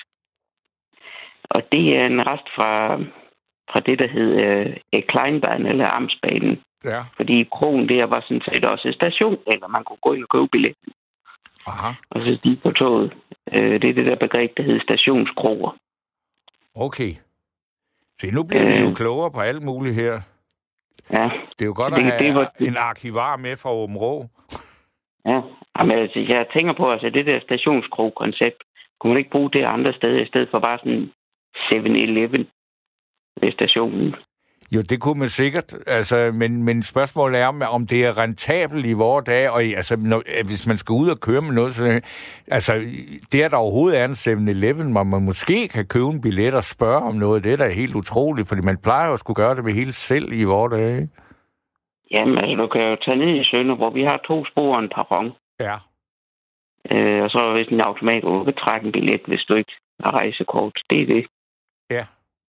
Og det er en rest fra, fra det, der hed øh, Kleinbahn eller Amtsbanen. Ja. Fordi krogen der var sådan set også en station, eller man kunne gå ind og købe billetten. Aha. Og så stige på toget. Øh, det er det der begreb, der hedder stationskroger. Okay. Se, nu bliver øh, vi jo klogere på alt muligt her. Ja. Det er jo godt det, at have det var, en arkivar med fra Aabenraa. Ja, men altså, jeg tænker på, altså det der stationskrog-koncept, kunne man ikke bruge det andre steder, i stedet for bare sådan seven eleven ved stationen? Jo, det kunne man sikkert, altså, men, men spørgsmålet er, om, om det er rentabelt i vores dage, og altså, når, hvis man skal ud og køre med noget, så, altså, det er der overhovedet er en seven eleven, hvor man måske kan købe en billet og spørge om noget, det er da helt utroligt, fordi man plejer jo at skulle gøre det ved hele selv i vores dage, ikke? Jamen, altså, du kan jo tage ned i Sønderborg, vi har to spor og en perron. Ja. Øh, og så er der vist en automat, hvor du kan trække en billet, hvis du ikke har rejsekort. Det er det. Ja.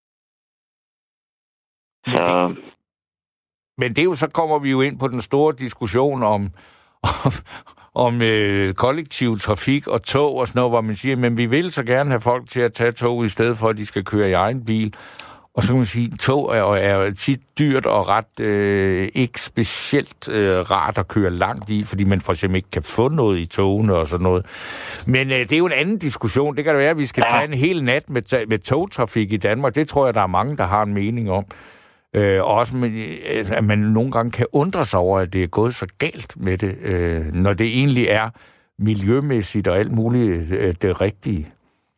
Så... Men det er jo, så kommer vi jo ind på den store diskussion om, om, om øh, kollektiv trafik og tog og sådan noget, hvor man siger, men vi vil så gerne have folk til at tage tog i stedet for, at de skal køre i egen bil. Og så kan man sige, at tog er, er tit dyrt og ret øh, ikke specielt øh, rart at køre langt i, fordi man for eksempel ikke kan få noget i togene og sådan noget. Men øh, det er jo en anden diskussion. Det kan da være, at vi skal tage en hel nat med, med togtrafik i Danmark. Det tror jeg, der er mange, der har en mening om. Øh, og også, med, at man nogle gange kan undre sig over, at det er gået så galt med det, øh, når det egentlig er miljømæssigt og alt muligt øh, det rigtige.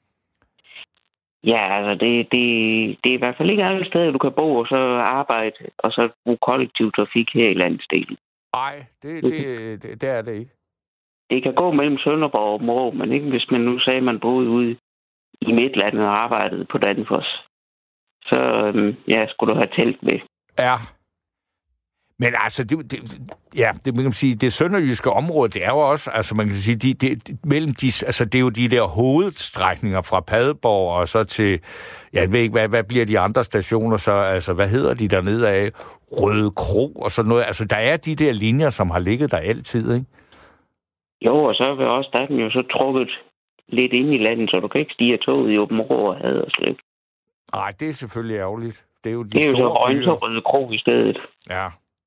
Ja, altså det, det, det er i hvert fald ikke alle steder, du kan bo og så arbejde, og så bruge kollektiv trafik her i landsdelen. Nej, det, det, det, det er det ikke. Det kan gå mellem Sønderborg og Morg, men ikke hvis man nu sagde, at man boede ude i Midtlandet og arbejdede på Danfoss. Så øhm, ja, skulle du have telt med. Ja. Men altså, det, det, ja, det man kan sige, det sønderjyske område, det er jo også, altså man kan sige, de, de, de, mellem de, altså det er jo de der hovedstrækninger fra Padborg og så til, jeg ved ikke, hvad, hvad bliver de andre stationer så, altså hvad hedder de dernede af, Røde Kro og sådan noget, altså der er de der linjer, som har ligget der altid, ikke? Jo, og så vil også, der er den jo så trukket lidt inde i landet, så du kan ikke stige af toget i Aabenraa og Haderslev. Nej, det er selvfølgelig ærgerligt. Det er jo de det er store jo så Rønne og Røde Kro i stedet. Ja.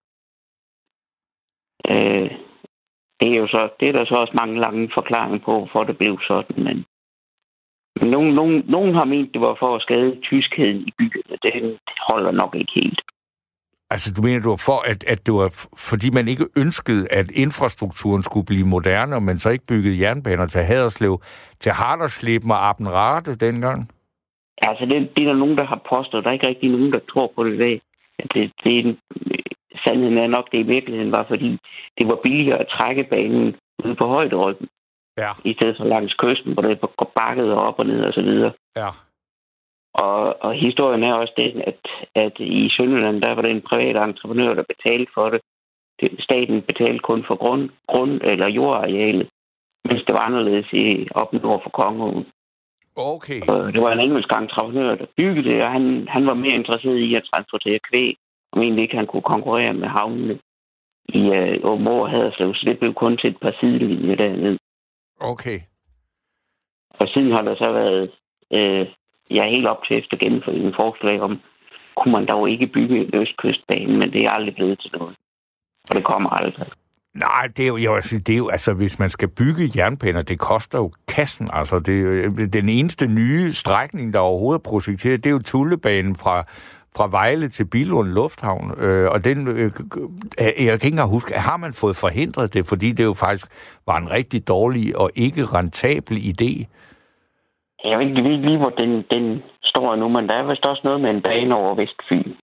Øh, det er jo så, det er der så også mange lange forklaringer på, hvorfor det blev sådan, men Men nogen, nogen, nogen har ment, det var for at skade tyskheden i byen, og det holder nok ikke helt. Altså, du mener, du var for, at, at det var fordi man ikke ønskede, at infrastrukturen skulle blive moderne, men så ikke byggede jernbaner til Haderslev, til Hardersleben og Abenrade dengang? Altså, det, det er der nogen, der har påstået. Der er ikke rigtig nogen, der tror på det i dag. Det, det, sandheden er nok, det i virkeligheden var, fordi det var billigere at trække banen ude på højderyggen. Ja. I stedet for langs kysten, hvor det går bakket op og ned og så videre. Ja. Og, og historien er også den, at, at i Sønderjylland, der var det en privat entreprenør, der betalte for det. Staten betalte kun for grund, grund eller jordarealet, mens det var anderledes i, op nord for Kongeåen. Okay. Og det var en engelsk entreprenør, der byggede det, og han, han var mere interesseret i at transportere kvæg, og mente ikke, han kunne konkurrere med havnene i uh, Aabenraa og Haderslev, så det blev kun til et par sidelinjer dernede. Okay. Og siden har der så været, øh, jeg er helt op til efter gennemføringen forslag om, kunne man dog ikke bygge en østkystbane, men det er aldrig blevet til noget. Og det kommer aldrig. Nej, det er jo, jeg vil sige, det er jo, altså, hvis man skal bygge jernbaner, det koster jo kassen. Altså, det, den eneste nye strækning, der overhovedet er projekteret, det er jo Tullebanen fra, fra Vejle til Billund Lufthavn. Øh, og den, øh, jeg kan ikke engang huske, har man fået forhindret det, fordi det jo faktisk var en rigtig dårlig og ikke rentabel idé? Jeg ved ikke lige, hvor den, den står nu, men der er vist også noget med en bane over Vestfyn.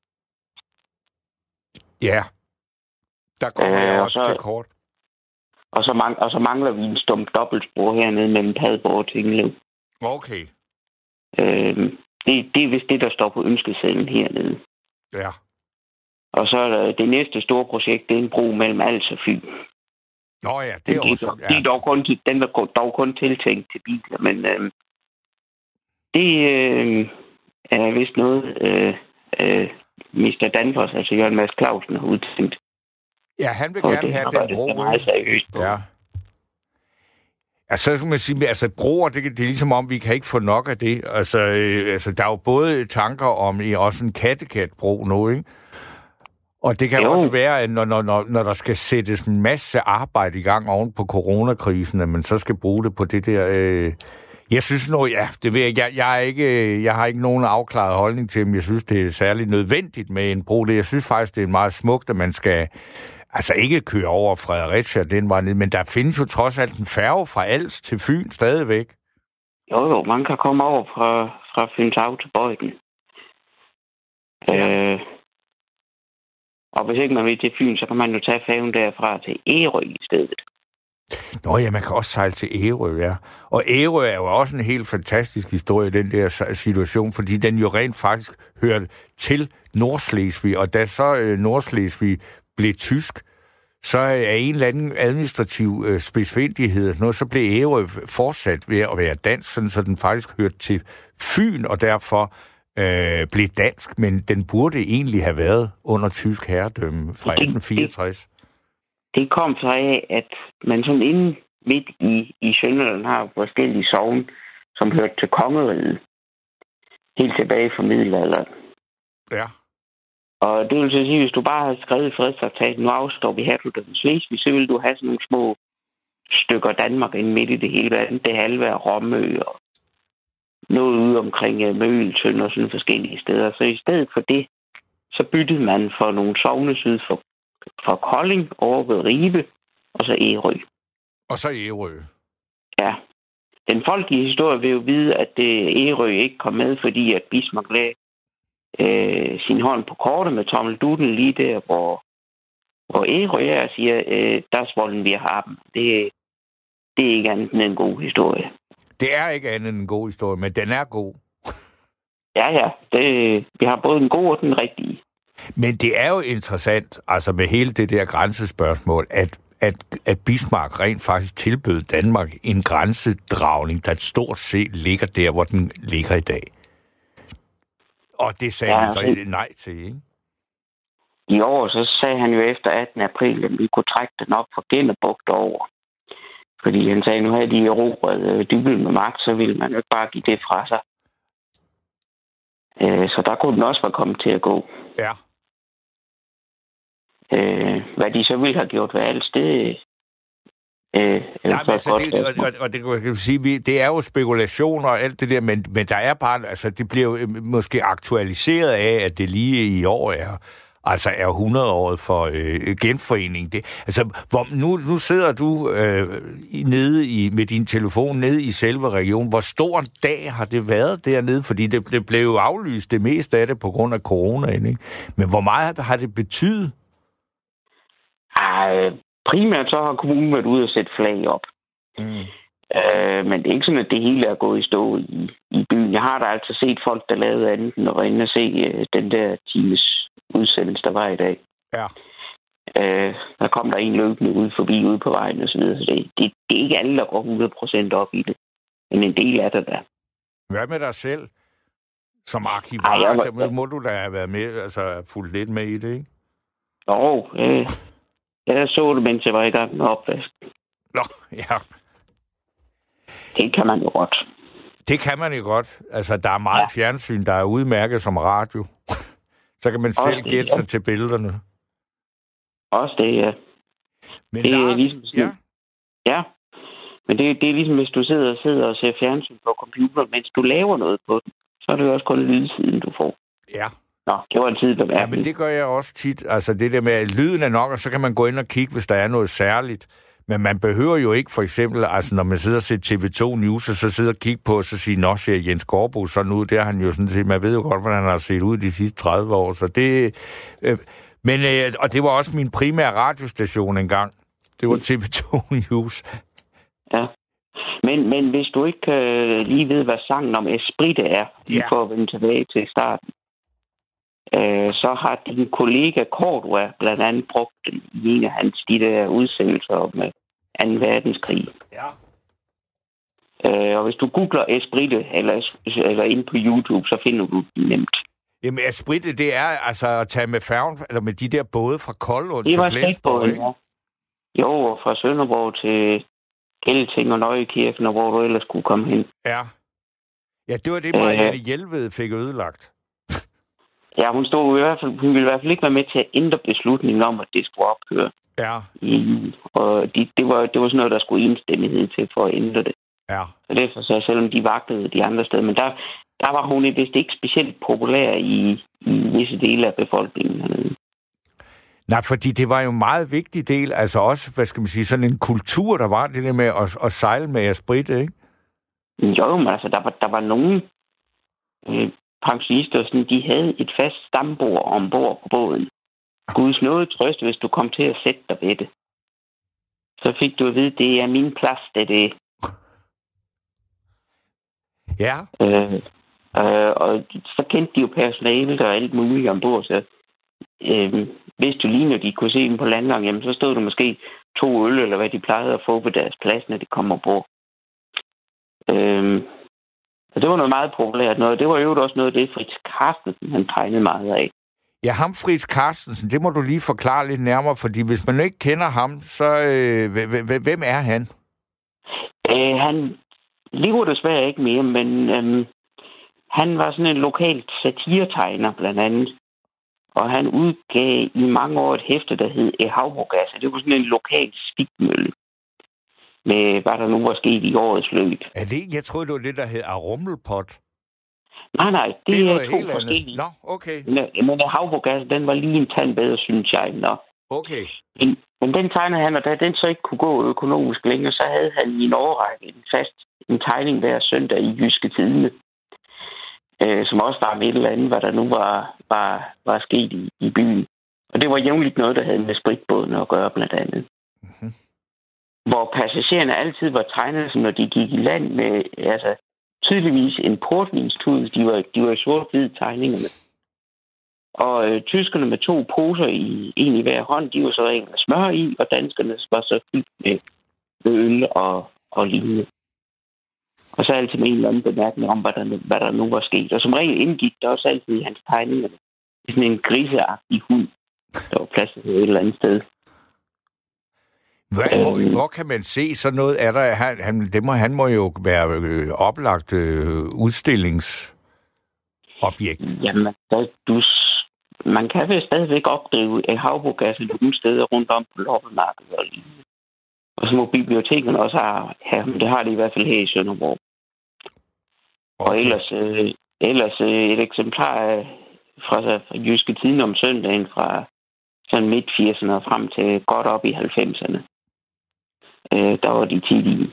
Ja. Der kommer øh, jeg også så, til kort. Og så, mang, og så mangler vi en stump dobbeltspor hernede mellem Padborg og Tinglev. Okay. Øh, det, det er vist det, der står på ønskesedlen hernede. Ja. Og så er der, det næste store projekt, det er en bro mellem Als og Fyn. Nå ja, det er det, også... Ja. Det er dog kun, den er dog kun tiltænkt til biler, men øh, det øh, er vist noget, øh, øh, mister Danfoss, altså Jørgen Mads Clausen, har udtænkt. Ja, han vil gerne have den bro. Det er meget seriøst. Ja. Altså, så skal man sige, altså broer, det, det er ligesom om, vi kan ikke få nok af det. Altså, øh, altså der er jo både tanker om i også en Kattegat-bro nu, ikke? Og det kan jo også være, at når, når, når, når der skal sættes en masse arbejde i gang oven på coronakrisen, at man så skal bruge det på det der... Øh... Jeg synes nu, ja, det ved jeg, jeg, jeg, er ikke, jeg har ikke nogen afklaret holdning til, men jeg synes, det er særligt nødvendigt med en bro. Det, jeg synes faktisk, det er meget smukt, at man skal... Altså ikke køre over Fredericia, den var ned, men der findes jo trods alt en færge fra Als til Fyn stadigvæk. Jo, jo, man kan komme over fra, fra Fynshav til Bøjden. Ja. Øh, og hvis ikke man vil til Fyn, så kan man jo tage færgen derfra til Ærø i stedet. Nå ja, man kan også sejle til Ærø, ja. Og Ærø er jo også en helt fantastisk historie, den der situation, fordi den jo rent faktisk hørte til Nordslesvig, og da så øh, Nordslesvig blev tysk, så er en eller anden administrativ øh, spidsfindighed, noget, så blev Ærø fortsat ved at være dansk, sådan, så den faktisk hørte til Fyn, og derfor øh, blev dansk, men den burde egentlig have været under tysk herredømme fra atten fireogtres. Det, det kom så af, at man sådan inde midt i, i Sønderjylland har forskellige sogne, som hørte til kongeriget, helt tilbage fra middelalderen. Ja. Og det vil så sige, hvis du bare havde skrevet fredstraktaten, nu afstår vi hertugdømmet Slesvig, så ville du have sådan nogle små stykker Danmark ind midt i det hele verden. Det halve af Romø og noget ude omkring Møgeltønd og sådan forskellige steder. Så i stedet for det, så byttede man for nogle sogne syd for, for Kolding over ved Ribe og så Ærø. Og så Ærø. Ja. Den folkelige historie vil jo vide, at det Ærø ikke kom med, fordi at Bismarck lagde Øh, sin hånd på kortet med tommeldutten lige der, hvor, hvor Ærø er og siger, øh, der er volden, vi har dem. Det, det er ikke andet end en god historie. Det er ikke andet end en god historie, men den er god. Ja, ja. Det, vi har både den gode og den rigtige. Men det er jo interessant, altså med hele det der grænsespørgsmål, at, at, at Bismarck rent faktisk tilbød Danmark en grænsedragning, der stort set ligger der, hvor den ligger i dag. Og det sagde ja, han så nej til, ikke? I år så sagde han jo efter attende april, at vi kunne trække den op fra Gennebugt over. Fordi han sagde, nu havde de erobret Dybbøl med magt, så ville man jo ikke bare give det fra sig. Øh, så der kunne den også være kommet til at gå. Ja. Øh, hvad de så ville have gjort ved alt, det... Øh, Nej, men altså, det, og, og, og det kan jeg sige, vi, det er jo spekulationer og alt det der, men, men der er bare, altså det bliver jo måske aktualiseret af, at det lige i år er, altså er hundrede-året for øh, genforening. Det, altså, hvor, nu, nu sidder du øh, nede i, med din telefon nede i selve regionen. Hvor stor en dag har det været dernede? Fordi det, det blev jo aflyst det meste af det på grund af corona, ikke? Men hvor meget har det betydet? Ej, primært så har kommunen været ude og sætte flag op. Mm. Øh, men det er ikke sådan, at det hele er gået i stå i, i byen. Jeg har da altså set folk, der lavede andet end at være inde og se øh, den der times udsendelse, der var i dag. Ja. Øh, der kom der en løbende ud forbi, ude på vejen og så videre. Så det, det, det er ikke alle, der går hundrede procent op i det. Men en del af det der. Hvad med dig selv? Som arkivar, Ej, var... altså, må du da have været med, altså fulgt lidt med i det, ikke? Jo, øh, jeg så det, mens jeg var i gang med opvask. Nå, ja. Det kan man jo godt. Det kan man jo godt. Altså, der er meget ja. fjernsyn, der er udmærket som radio. Så kan man også selv gætte sig ja. til billederne. Også det, ja. Men det Lars, er ligesom, ja. Ja. Men det, det er ligesom, hvis du sidder og sidder og ser fjernsyn på computer, mens du laver noget på den, så er det jo også kun lydsiden, du får. Ja. Nå, det var en tid, der var. Ja, men det gør jeg også tit. Altså, det der med, at lyden er nok, og så kan man gå ind og kigge, hvis der er noget særligt. Men man behøver jo ikke, for eksempel, altså når man sidder og ser T V to News, og så sidder og kigger på, og så siger, nå, ser Jens Gårdbo sådan ud. Det har han jo sådan set, man ved jo godt, hvordan han har set ud de sidste tredive år. Så det, øh, men, øh, og det var også min primære radiostation engang. Det var T V to News. Ja. Men, men hvis du ikke øh, lige ved, hvad sangen om Esprite er, lige ja. for at vende tilbage til starten, øh, så har din kollega Cordua blandt andet brugt den i en af hans de der udsendelser om øh, anden verdenskrig. Ja. Øh, og hvis du googler Esprite, eller, eller ind på YouTube, så finder du den nemt. Jamen, Esprite, det er altså at tage med færgen, eller med de der både fra Koldlund til Flensborg, ikke? Ja. Jo, og fra Sønderborg til Gelting og Nøjekirken, og hvor du ellers kunne komme hen. Ja. Ja, det var det, Marianne øh, Jelved fik ødelagt. Ja, hun stod i hvert fald, hun ville i hvert fald ikke være med til at ændre beslutningen om, at det skulle ophøre. Ja. I, og de, det, var, det var sådan noget, der skulle enstemmighed til for at ændre det. Ja. Og derfor så, selvom de vagtede de andre steder, men der, der var hun vist ikke specielt populær i, i visse dele af befolkningen hernede. Nej, fordi det var jo en meget vigtig del, altså også, hvad skal man sige, sådan en kultur, der var det der med at, at sejle med Esprite, ikke? Jo, men altså, der var, der var nogle øh, pensionister, sådan, de havde et fast stambord ombord på båden. Guds nåde trøst, hvis du kom til at sætte dig ved det. Så fik du at vide, det er min plads, det er det. Ja. Øh, øh, og så kendte de jo personalet og alt muligt ombord, så øh, hvis du lige, når de kunne se dem på landgang, jamen, så stod der måske to øl, eller hvad de plejede at få på deres plads, når de kom ombord. Øh, og det var noget meget populært noget. Det var jo også noget af det, Frits Carstensen, han tegnede meget af. Ja, ham Frits Carstensen, det må du lige forklare lidt nærmere, fordi hvis man ikke kender ham, så øh, hvem er han? Øh, han lever desværre ikke mere, men øh, han var sådan en lokal satiretegner, blandt andet. Og han udgav i mange år et hæfte, der hed Havregas. Det var sådan en lokal stikmølle med, hvad der nu var sket i årets løb. Er det? Jeg troede, det var det, der hed Arummelpot. Nej, nej, det, det er to forskellige. Nå, okay. Men, men Havregas, den var lige en tand bedre, synes jeg. Nå. Okay. Men, men den tegnede han, og da den så ikke kunne gå økonomisk længere, så havde han i en årrække en fast en tegning hver søndag i Jyske Tidene. Øh, som også var med et eller andet, hvad der nu var, var, var sket i, i byen. Og det var jævnligt noget, der havde med spritbåden at gøre, blandt andet. Mm-hmm. Hvor passagererne altid var tegnet, som når de gik i land med, altså, tydeligvis en portvinstud. De var, de var i sort-hvide tegningerne. Og øh, tyskerne med to poser i en i hver hånd, de var så en med smør i, og danskerne var så fyldt med øl og, og lignende. Og så altid med en eller anden bemærkning om, hvad der, hvad der nu var sket. Og som regel indgik der også altid i hans tegninger sådan en griseagtig hund, der var plads til et eller andet sted. Hvor, øh, hvor, hvor kan man se sådan noget? Er der, han, han, det må, han må jo være øh, oplagt øh, udstillingsobjekt. Jamen, der, du, man kan vel stadigvæk opdrive havbrugasse nogle steder rundt om på loppemarkedet og lignende. Og så må bibliotekerne også have, ja, det har de i hvert fald her i Sønderborg. Okay. Og ellers, øh, ellers øh, et eksemplar fra, fra Jyske Tiden om søndagen fra sådan midt firserne og frem til godt op i halvfemserne. Øh, der var de tidlige.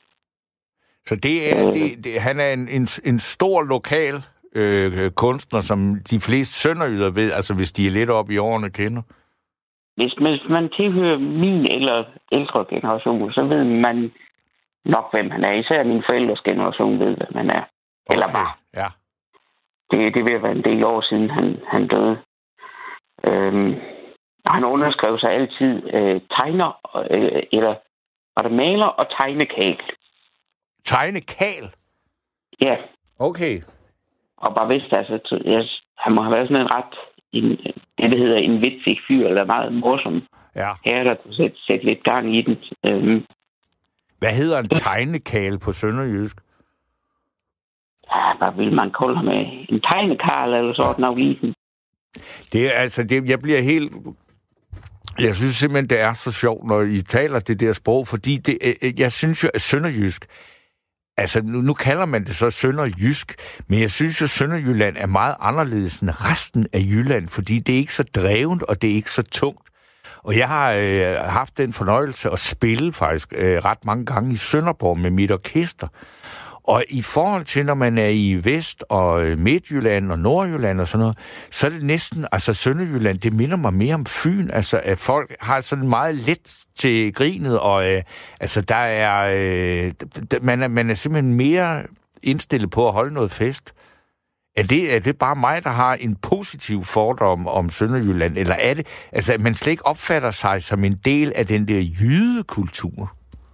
Så det er, øh, det, det, han er en, en, en stor lokal øh, kunstner, som de fleste sønderjyder ved, altså hvis de er lidt op i årene kender. Hvis man, hvis man tilhører min eller ældre generation, så ved man nok, hvem han er. Især min forældres generation ved, hvem han er. Okay. Eller var. Ja. Det, det vil være en del år siden, han, han døde. Øhm, han underskrev sig altid øh, tegner, øh, eller var det maler og tegnekal. Tegnekal? Ja. Okay. Og bare vidst, altså, jeg, han må have været sådan en ret, en, det der hedder en vitsig fyr, eller meget morsom. Ja. Her der kunne sætte, sætte lidt gang i den. Øhm. Hvad hedder en tegnekal på sønderjysk? Ja, hvad vil man kolde ham med? En tegnekarl eller sådan noget lignende. Det er altså, det, jeg bliver helt... Jeg synes simpelthen, det er så sjovt, når I taler det der sprog, fordi det, jeg synes jo, at sønderjysk, altså nu, nu kalder man det så sønderjysk, men jeg synes jo, at Sønderjylland er meget anderledes end resten af Jylland, fordi det er ikke så drevent, og det er ikke så tungt. Og jeg har øh, haft den fornøjelse at spille faktisk øh, ret mange gange i Sønderborg med mit orkester. Og i forhold til, når man er i Vest- og Midtjylland og Nordjylland og sådan noget, så er det næsten, altså Sønderjylland, det minder mig mere om Fyn. Altså, at folk har sådan meget let til grinet, og øh, altså, der er, øh, man er, man er simpelthen mere indstillet på at holde noget fest. Er det, er det bare mig, der har en positiv fordom om Sønderjylland, eller er det, altså, at man slet ikke opfatter sig som en del af den der jydekultur?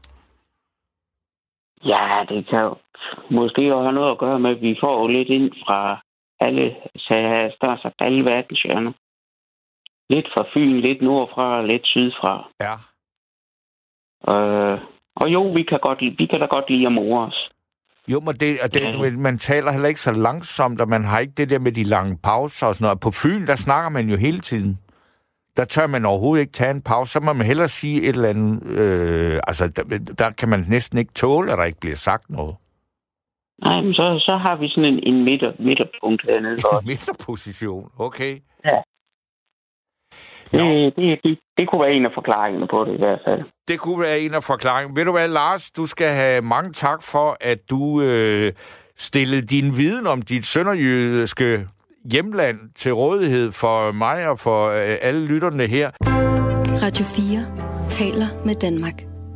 Ja, det kan jo måske også have noget at gøre med, at vi får lidt ind fra alle, så alle verdenshjørner. Lidt fra Fyn, lidt nordfra og lidt sydfra. Ja. Øh, og jo, vi kan, godt, vi kan da godt lide at more os. Jo, men det, og det, ja. Man taler heller ikke så langsomt, og man har ikke det der med de lange pauser og sådan noget. På Fyn, der snakker man jo hele tiden. Der tør man overhovedet ikke tage en pause. Så må man hellere sige et eller andet... Øh, altså, der, der kan man næsten ikke tåle, at der ikke bliver sagt noget. Nej, men så, så har vi sådan en, en midter, midterpunkt hernede. En midterposition, okay. Ja. Det, det, det, det kunne være en af forklaringerne på det i hvert fald. Det kunne være en af forklaringerne. Ved du hvad, Lars, du skal have mange tak for, at du øh, stillede din viden om dit sønderjyske hjemland til rådighed for mig og for øh, alle lytterne her. Radio fire taler med Danmark.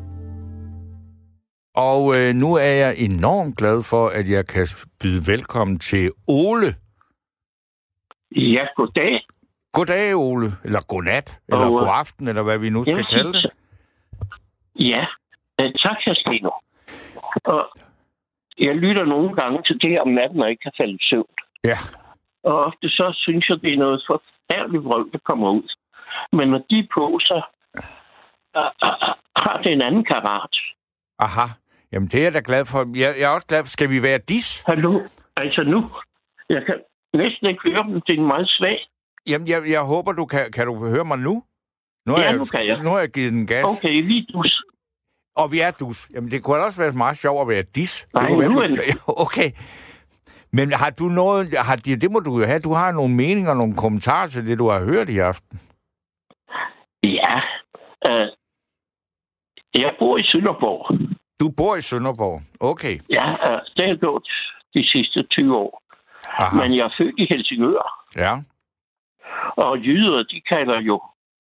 Og øh, nu er jeg enormt glad for, at jeg kan byde velkommen til Ole. Ja, goddag. Goddag, Ole. Eller godnat. Eller og, god aften, eller hvad vi nu skal kalde det. Ja, uh, tak, Steno. Og jeg lytter nogle gange til det om natten, og ikke kan falde i søvn. Ja. Og ofte så synes jeg, det er noget forfærdeligt vrøvl, der kommer ud. Men når de er på, så uh, uh, har det en anden karat. Aha. Jamen, det er jeg da glad for. Jeg, jeg er også glad for. Skal vi være dis? Hallo? Altså nu? Jeg kan næsten ikke høre dem. Det er meget svag. Jamen, jeg, jeg håber, du kan... Kan du høre mig nu? Nu har ja, jeg, nu kan jeg. Nu har jeg givet den gas. Okay, lige dus. Og vi er dus. Jamen, det kunne også være meget sjovt at være dis. Nej, det nu være, er det. Okay. Men har du noget... Har, det må du jo have. Du har nogle meninger og nogle kommentarer til det, du har hørt i aften. Ja. Uh, jeg bor i Sønderborg. Du bor i Sønderborg? Okay. Ja, uh, det har jeg gjort de sidste tyve år. Aha. Men jeg er født i Helsingør. Ja. Og jyder, de kalder jo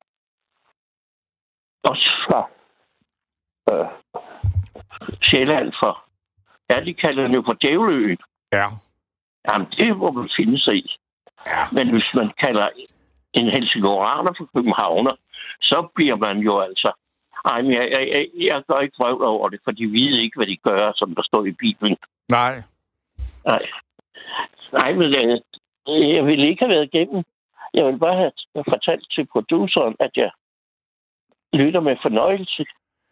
også fra øh, Sjælland for... Ja, de kalder den jo for Djævleøen. Ja. Jamen, det må man finde sig i. Ja. Men hvis man kalder en helsingøraner for københavner, så bliver man jo altså... Ej, men jeg, jeg, jeg, jeg gør ikke vrøvl over det, for de ved ikke, hvad de gør, som der står i Bibelen. Nej. Nej. Nej, men jeg, jeg ville ikke have været igennem. Jeg vil bare have fortalt til produceren, at jeg lytter med fornøjelse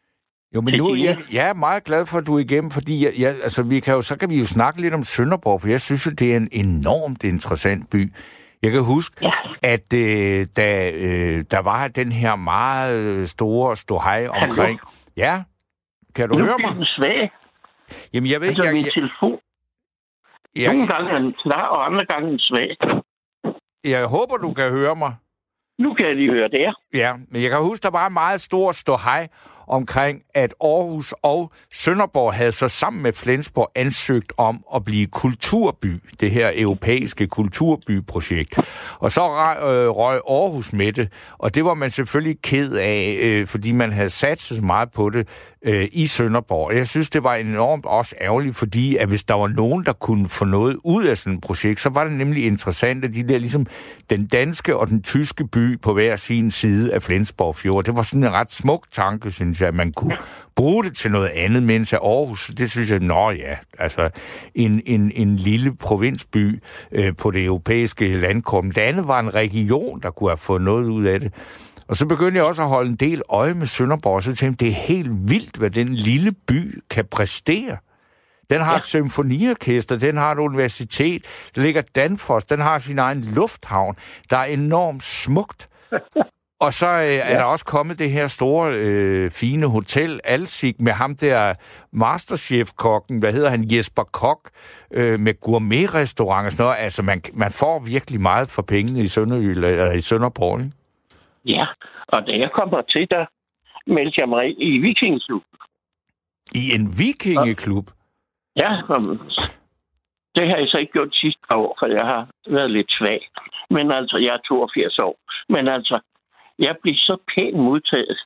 Jo, men nu jeg, jeg er meget glad for, at du er igennem, fordi jeg, jeg, altså, vi kan jo, så kan vi jo snakke lidt om Sønderborg, for jeg synes, at det er en enormt interessant by. Jeg kan huske, ja. at øh, da øh, der var den her meget store ståhej omkring... Hallo? Ja, kan du nu høre mig? Nu er svag. Jamen, jeg ved altså, ikke... Jeg, min telefon. Jeg, Nogle gange er den klar, og andre gange er den svag. Jeg håber, du kan høre mig. Nu kan jeg lige høre det, ja. Ja, men jeg kan huske, der var en meget stor ståhej omkring, at Aarhus og Sønderborg havde så sammen med Flensborg ansøgt om at blive kulturby, det her europæiske kulturbyprojekt. Og så øh, røg Aarhus med det, og det var man selvfølgelig ked af, øh, fordi man havde satset så meget på det øh, i Sønderborg. Jeg synes, det var enormt også ærgerligt, fordi at hvis der var nogen, der kunne få noget ud af sådan et projekt, så var det nemlig interessant, at de der ligesom den danske og den tyske by på hver sin side af Flensborg Fjord, det var sådan en ret smuk tanke, synes jeg, at man kunne bruge det til noget andet, mens at Aarhus, det synes jeg, nå ja, altså en, en, en lille provinsby øh, på det europæiske landkort. Det andet var en region, der kunne have fået noget ud af det. Og så begyndte jeg også at holde en del øje med Sønderborg, og så tænkte jeg, det er helt vildt, hvad den lille by kan præstere. Den har ja. et symfoniorkester, den har et universitet, der ligger Danfoss, den har sin egen lufthavn, der er enormt smukt. Og så øh, er ja. der også kommet det her store, øh, fine hotel, Alsik, med ham der Masterchef-kokken, hvad hedder han, Jesper Kok, øh, med gourmet-restaurant og sådan noget. Altså, man, man får virkelig meget for pengene i Sønderjylland, eller i Sønderborg, ikke? Ja, og da jeg kommer til, der meldte jeg mig i vikingeklub. I en vikingeklub? Ja, det har jeg så ikke gjort de sidste par år, for jeg har været lidt svag. Men altså, jeg er toogfirs år. Men altså, jeg blev så pænt modtaget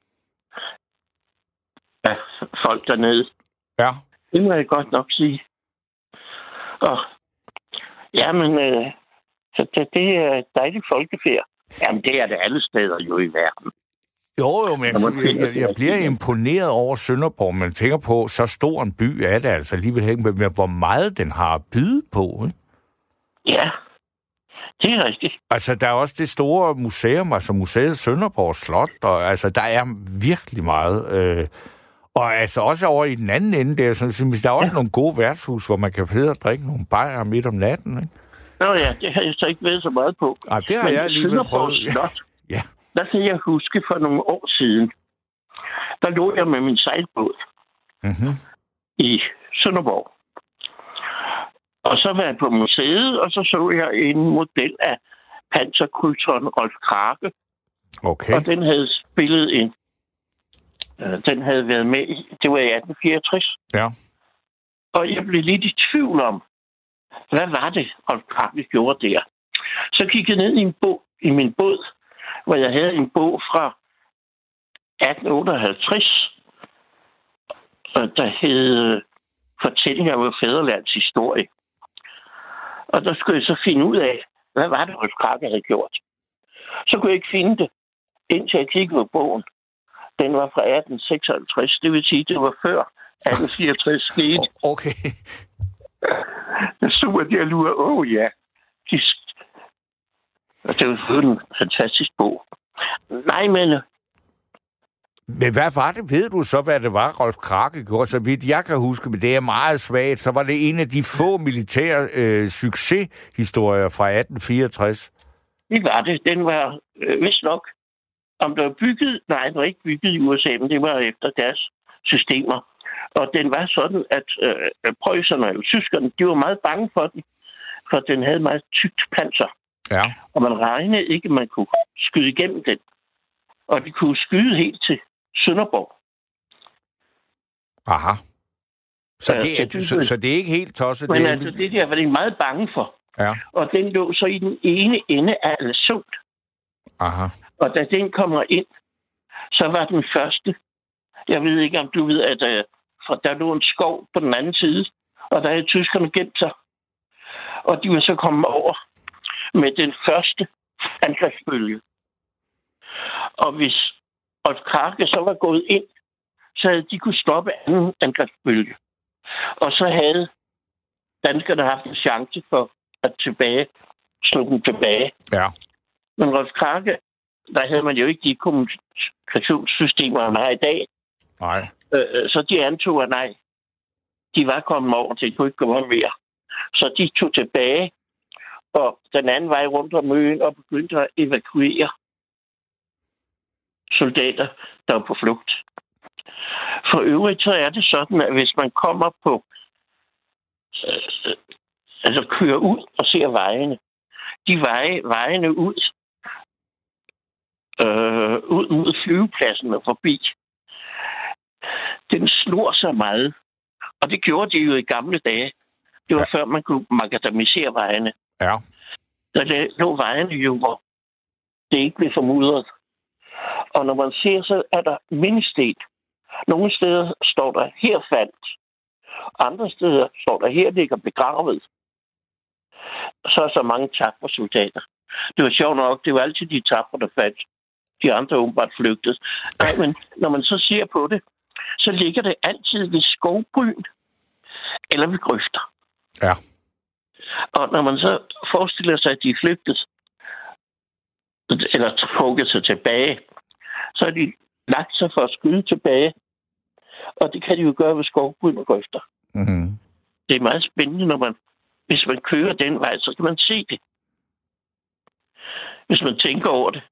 af folk dernede. Ja. Det må jeg godt nok sige. Og jamen, øh, så det, det er et dejligt folkefærd. Jamen, det er det alle steder jo i verden. Jo, jo, men jeg, jeg, jeg bliver imponeret over Sønderborg. Man tænker på, så stor en by er det altså alligevel ikke, med hvor meget den har at byde på, ikke? Ja, det er rigtigt. Altså, der er også det store museum, altså museet Sønderborg Slot, og altså, der er virkelig meget. Øh, og altså også over i den anden ende, der, så, der er også ja. nogle gode værtshus, hvor man kan fede og drikke nogle bajer midt om natten, ikke? Nå ja, det har jeg så ikke været så meget på. Ej, det har men jeg alligevel prøvet. Slot, ja. Der kan jeg huske for nogle år siden, der lå jeg med min sejlbåd mm-hmm. i Sønderborg. Og så var jeg på museet, og så så jeg en model af panserkulturen Rolf Krake. Okay. Og den havde spillet en... Øh, den havde været med i... Det var i atten fireogtres. Ja. Og jeg blev lidt i tvivl om, hvad var det, Rolf Krake gjorde der? Så kiggede jeg ned i, en bog, i min båd, hvor jeg havde en bog fra atten otteoghalvtreds, der hed Fortællinger om Fædrelands historie. Og der skulle jeg så finde ud af, hvad var det, Rolf Krake havde gjort. Så kunne jeg ikke finde det, indtil jeg kiggede på bogen. Den var fra atten seksoghalvtreds, det vil sige, det var før atten fireogtres skete. Okay. Jeg så, at jeg lurer, åh oh, ja, de og det var en fantastisk bog. Nej, men... Men hvad var det? Ved du så, hvad det var, Rolf Krake gjorde? Så vidt jeg kan huske, men det er meget svagt, så var det en af de få militære øh, succeshistorier fra atten fireogtres. Det var det. Den var øh, vist nok... Om der var bygget... Nej, den var ikke bygget i U S A, men det var efter deres systemer. Og den var sådan, at øh, preusserne og tyskerne, de var meget bange for den, for den havde meget tykt panser. Ja. Og man regnede ikke, at man kunne skyde igennem den. Og de kunne skyde helt til Sønderborg. Aha. Så det, er, det, så, så det er ikke helt tosset? Men det altså, det der var de meget bange for. Ja. Og den lå så i den ene ende af Alsund. Aha. Og da den kommer ind, så var den første. Jeg ved ikke, om du ved, at uh, der lå en skov på den anden side, og der havde tyskerne gemt sig. Og de var så kommet over med den første angrebsbølge. Og hvis Rolf Krake så var gået ind, så havde de kunne stoppe anden angrebsbølge. Og så havde danskerne haft en chance for at tilbage, slå dem tilbage. Ja. Men Rolf Krake, der havde man jo ikke de kommunikationssystemer, man har i dag. Nej. Øh, så de antog, at nej, de var kommet over til, de kunne ikke komme mere. Så de tog tilbage, og den anden vej rundt om øen, og begyndte at evakuere soldater, der var på flugt. For øvrigt så er det sådan, at hvis man kommer på, øh, altså kører ud og ser vejene, de veje, vejene ud, øh, ud mod flyvepladsen og forbi, den snor sig meget. Og det gjorde de jo i gamle dage. Det var ja. Før man kunne makadamisere vejene. Ja. Der lå vejene jo, hvor det ikke blev formudret. Og når man ser, så er der mindesten. Nogle steder står der, her faldt. Andre steder står der, her ligger begravet. Så er så mange tapre soldater. Det var sjovt nok, det var altid de tapre, der faldt. De andre åbenbart flygtede. Nej, men når man så ser på det, så ligger det altid ved skovbryn eller ved grøfter. Ja. Og når man så forestiller sig, at de er flygtet, eller trukket sig tilbage, så har de lagt sig for at skyde tilbage. Og det kan de jo gøre ved skovbryn og grøfter. Mm-hmm. Det er meget spændende, når man, hvis man kører den vej, så kan man se det. Hvis man tænker over det.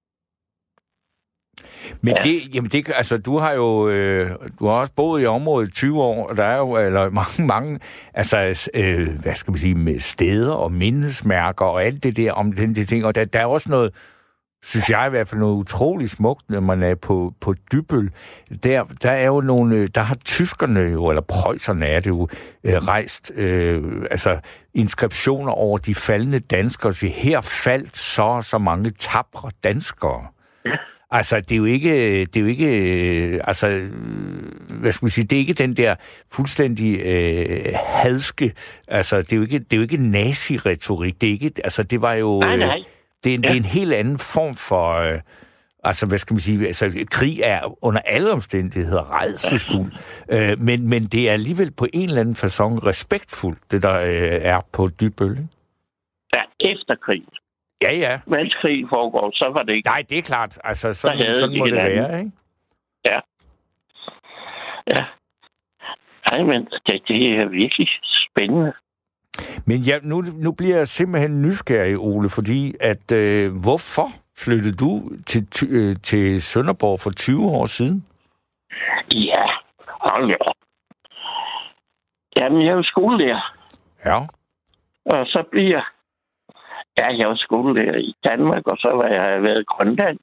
Men ja. det, jamen det, altså du har jo, øh, du har også boet i området i tyve år, og der er jo eller mange, mange, altså, øh, hvad skal man sige, med steder og mindesmærker og alt det der om den de ting, og der, der er også noget, synes jeg i hvert fald noget utroligt smukt, når man er på, på Dybbøl. Der, der er jo nogle, der har tyskerne jo, eller preusserne er det jo, øh, rejst, øh, altså inskriptioner over de faldne danskere, så her faldt så så mange tapre danskere. Ja. Altså, det er jo ikke, det er jo ikke, altså, hvad skal man sige, det er ikke den der fuldstændig øh, hadske, altså, det er jo ikke, det er jo ikke nazi-retorik, det er ikke, altså, det var jo, nej, nej. Det, er, ja. det er en helt anden form for, øh, altså, hvad skal man sige, altså, krig er under alle omstændigheder rædselsfuld, øh, men, men det er alligevel på en eller anden facon respektfuldt, det der øh, er på Dybbøl. Ja, efter krigen. Ja, ja. Mens krigen foregår, så var det ikke. Nej, det er klart. Altså, sådan, sådan må det være, ikke? Ja. Ja. Nej, men det, det er virkelig spændende. Men ja, nu, nu bliver jeg simpelthen nysgerrig, Ole, fordi at, øh, hvorfor flyttede du til, øh, til Sønderborg for tyve år siden? Ja, hold da. Jamen, jeg er jo skolelærer. Ja. Og så bliver Ja, jeg var skolelærer i Danmark, og så var jeg været i Grønland.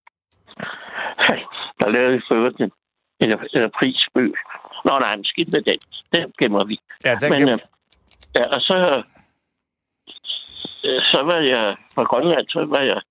Der lavede vi ført en eller, eller prisbøg. Nå nej, men skidt med den. Den gemmer vi. Ja, den men, gemmer... øh, ja, og så, øh, så var jeg fra Grønland, så var jeg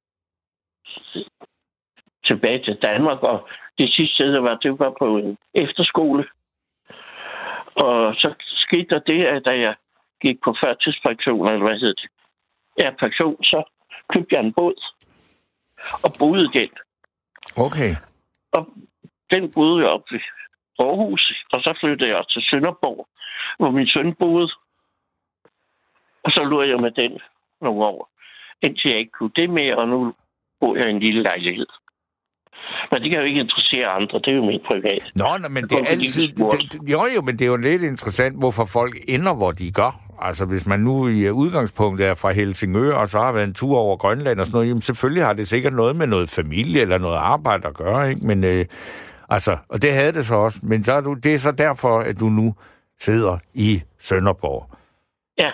tilbage til Danmark, og det sidste sted, var, det var på en efterskole. Og så skete der det, at da jeg gik på førtidspension, eller hvad hedder det, ja, pension, så købte jeg en båd og boede den. Okay. Og den boede jeg op ved Aarhus, og så flyttede jeg til Sønderborg, hvor min søn boede. Og så lå jeg med den nogle år, indtil jeg ikke kunne det mere, og nu bor jeg i en lille lejlighed. Men det kan jo ikke interessere andre, det er jo mit privat. Nå, nå men det er altid... Det, jo, jo, men det er jo lidt interessant, hvorfor folk ender, hvor de gør. Altså, hvis man nu i udgangspunktet er fra Helsingør, og så har været en tur over Grønland og sådan noget, jamen selvfølgelig har det sikkert noget med noget familie eller noget arbejde at gøre, ikke? Men, øh, altså, og det havde det så også. Men så er du, det er så derfor, at du nu sidder i Sønderborg. Ja.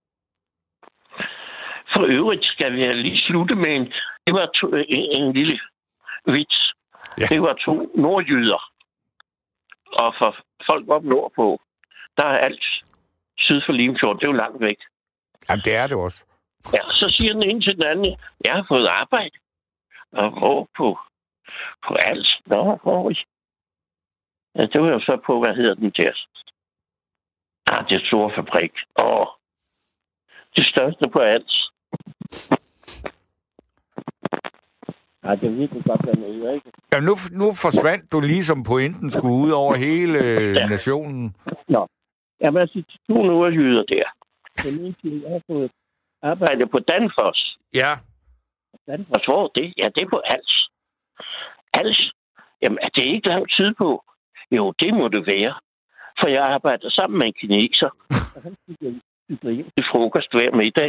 For øvrigt skal vi lige slutte med en... Det var to, en, en lille vits. Ja. Det var to nordjyder. Og for folk op nordpå, der er alt syd for Limfjord, det er jo langt væk. Jamen, det er det også. Ja, så siger den ene til den anden, jeg har fået arbejde. Og hvor på, på alt. Nå, hvor i? Ja, det var jo så på, hvad hedder den der? Ah, det er store fabrik. Åh, det største på alt. Ja, det er virkelig godt dernede, ikke? Ja, nu, nu forsvandt du ligesom pointen skulle ud over hele ja. nationen. Nå. Jamen, altså, de to nordjyder der. Den ene tid, jeg har fået arbejde på Danfoss. Ja. Danfoss, hvor det? Ja, det er på Als. Als? Jamen, det er ikke lang tid på. Jo, det må det være. For jeg arbejder sammen med en kineser, og han cykler hjem til frokost hver middag.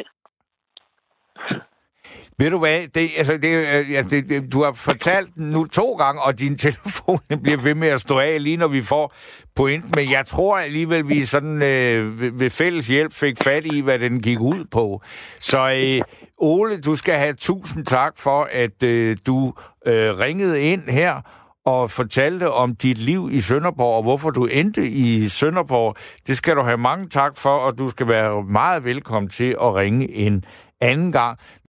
Ved du hvad, det, altså, det, altså, det, du har fortalt nu to gange, og din telefon bliver ved med at stå af, lige når vi får pointen. Men jeg tror alligevel, vi sådan øh, ved, ved fælles hjælp fik fat i, hvad den gik ud på. Så øh, Ole, du skal have tusind tak for, at øh, du øh, ringede ind her og fortalte om dit liv i Sønderborg, og hvorfor du endte i Sønderborg. Det skal du have mange tak for, og du skal være meget velkommen til at ringe en anden gang.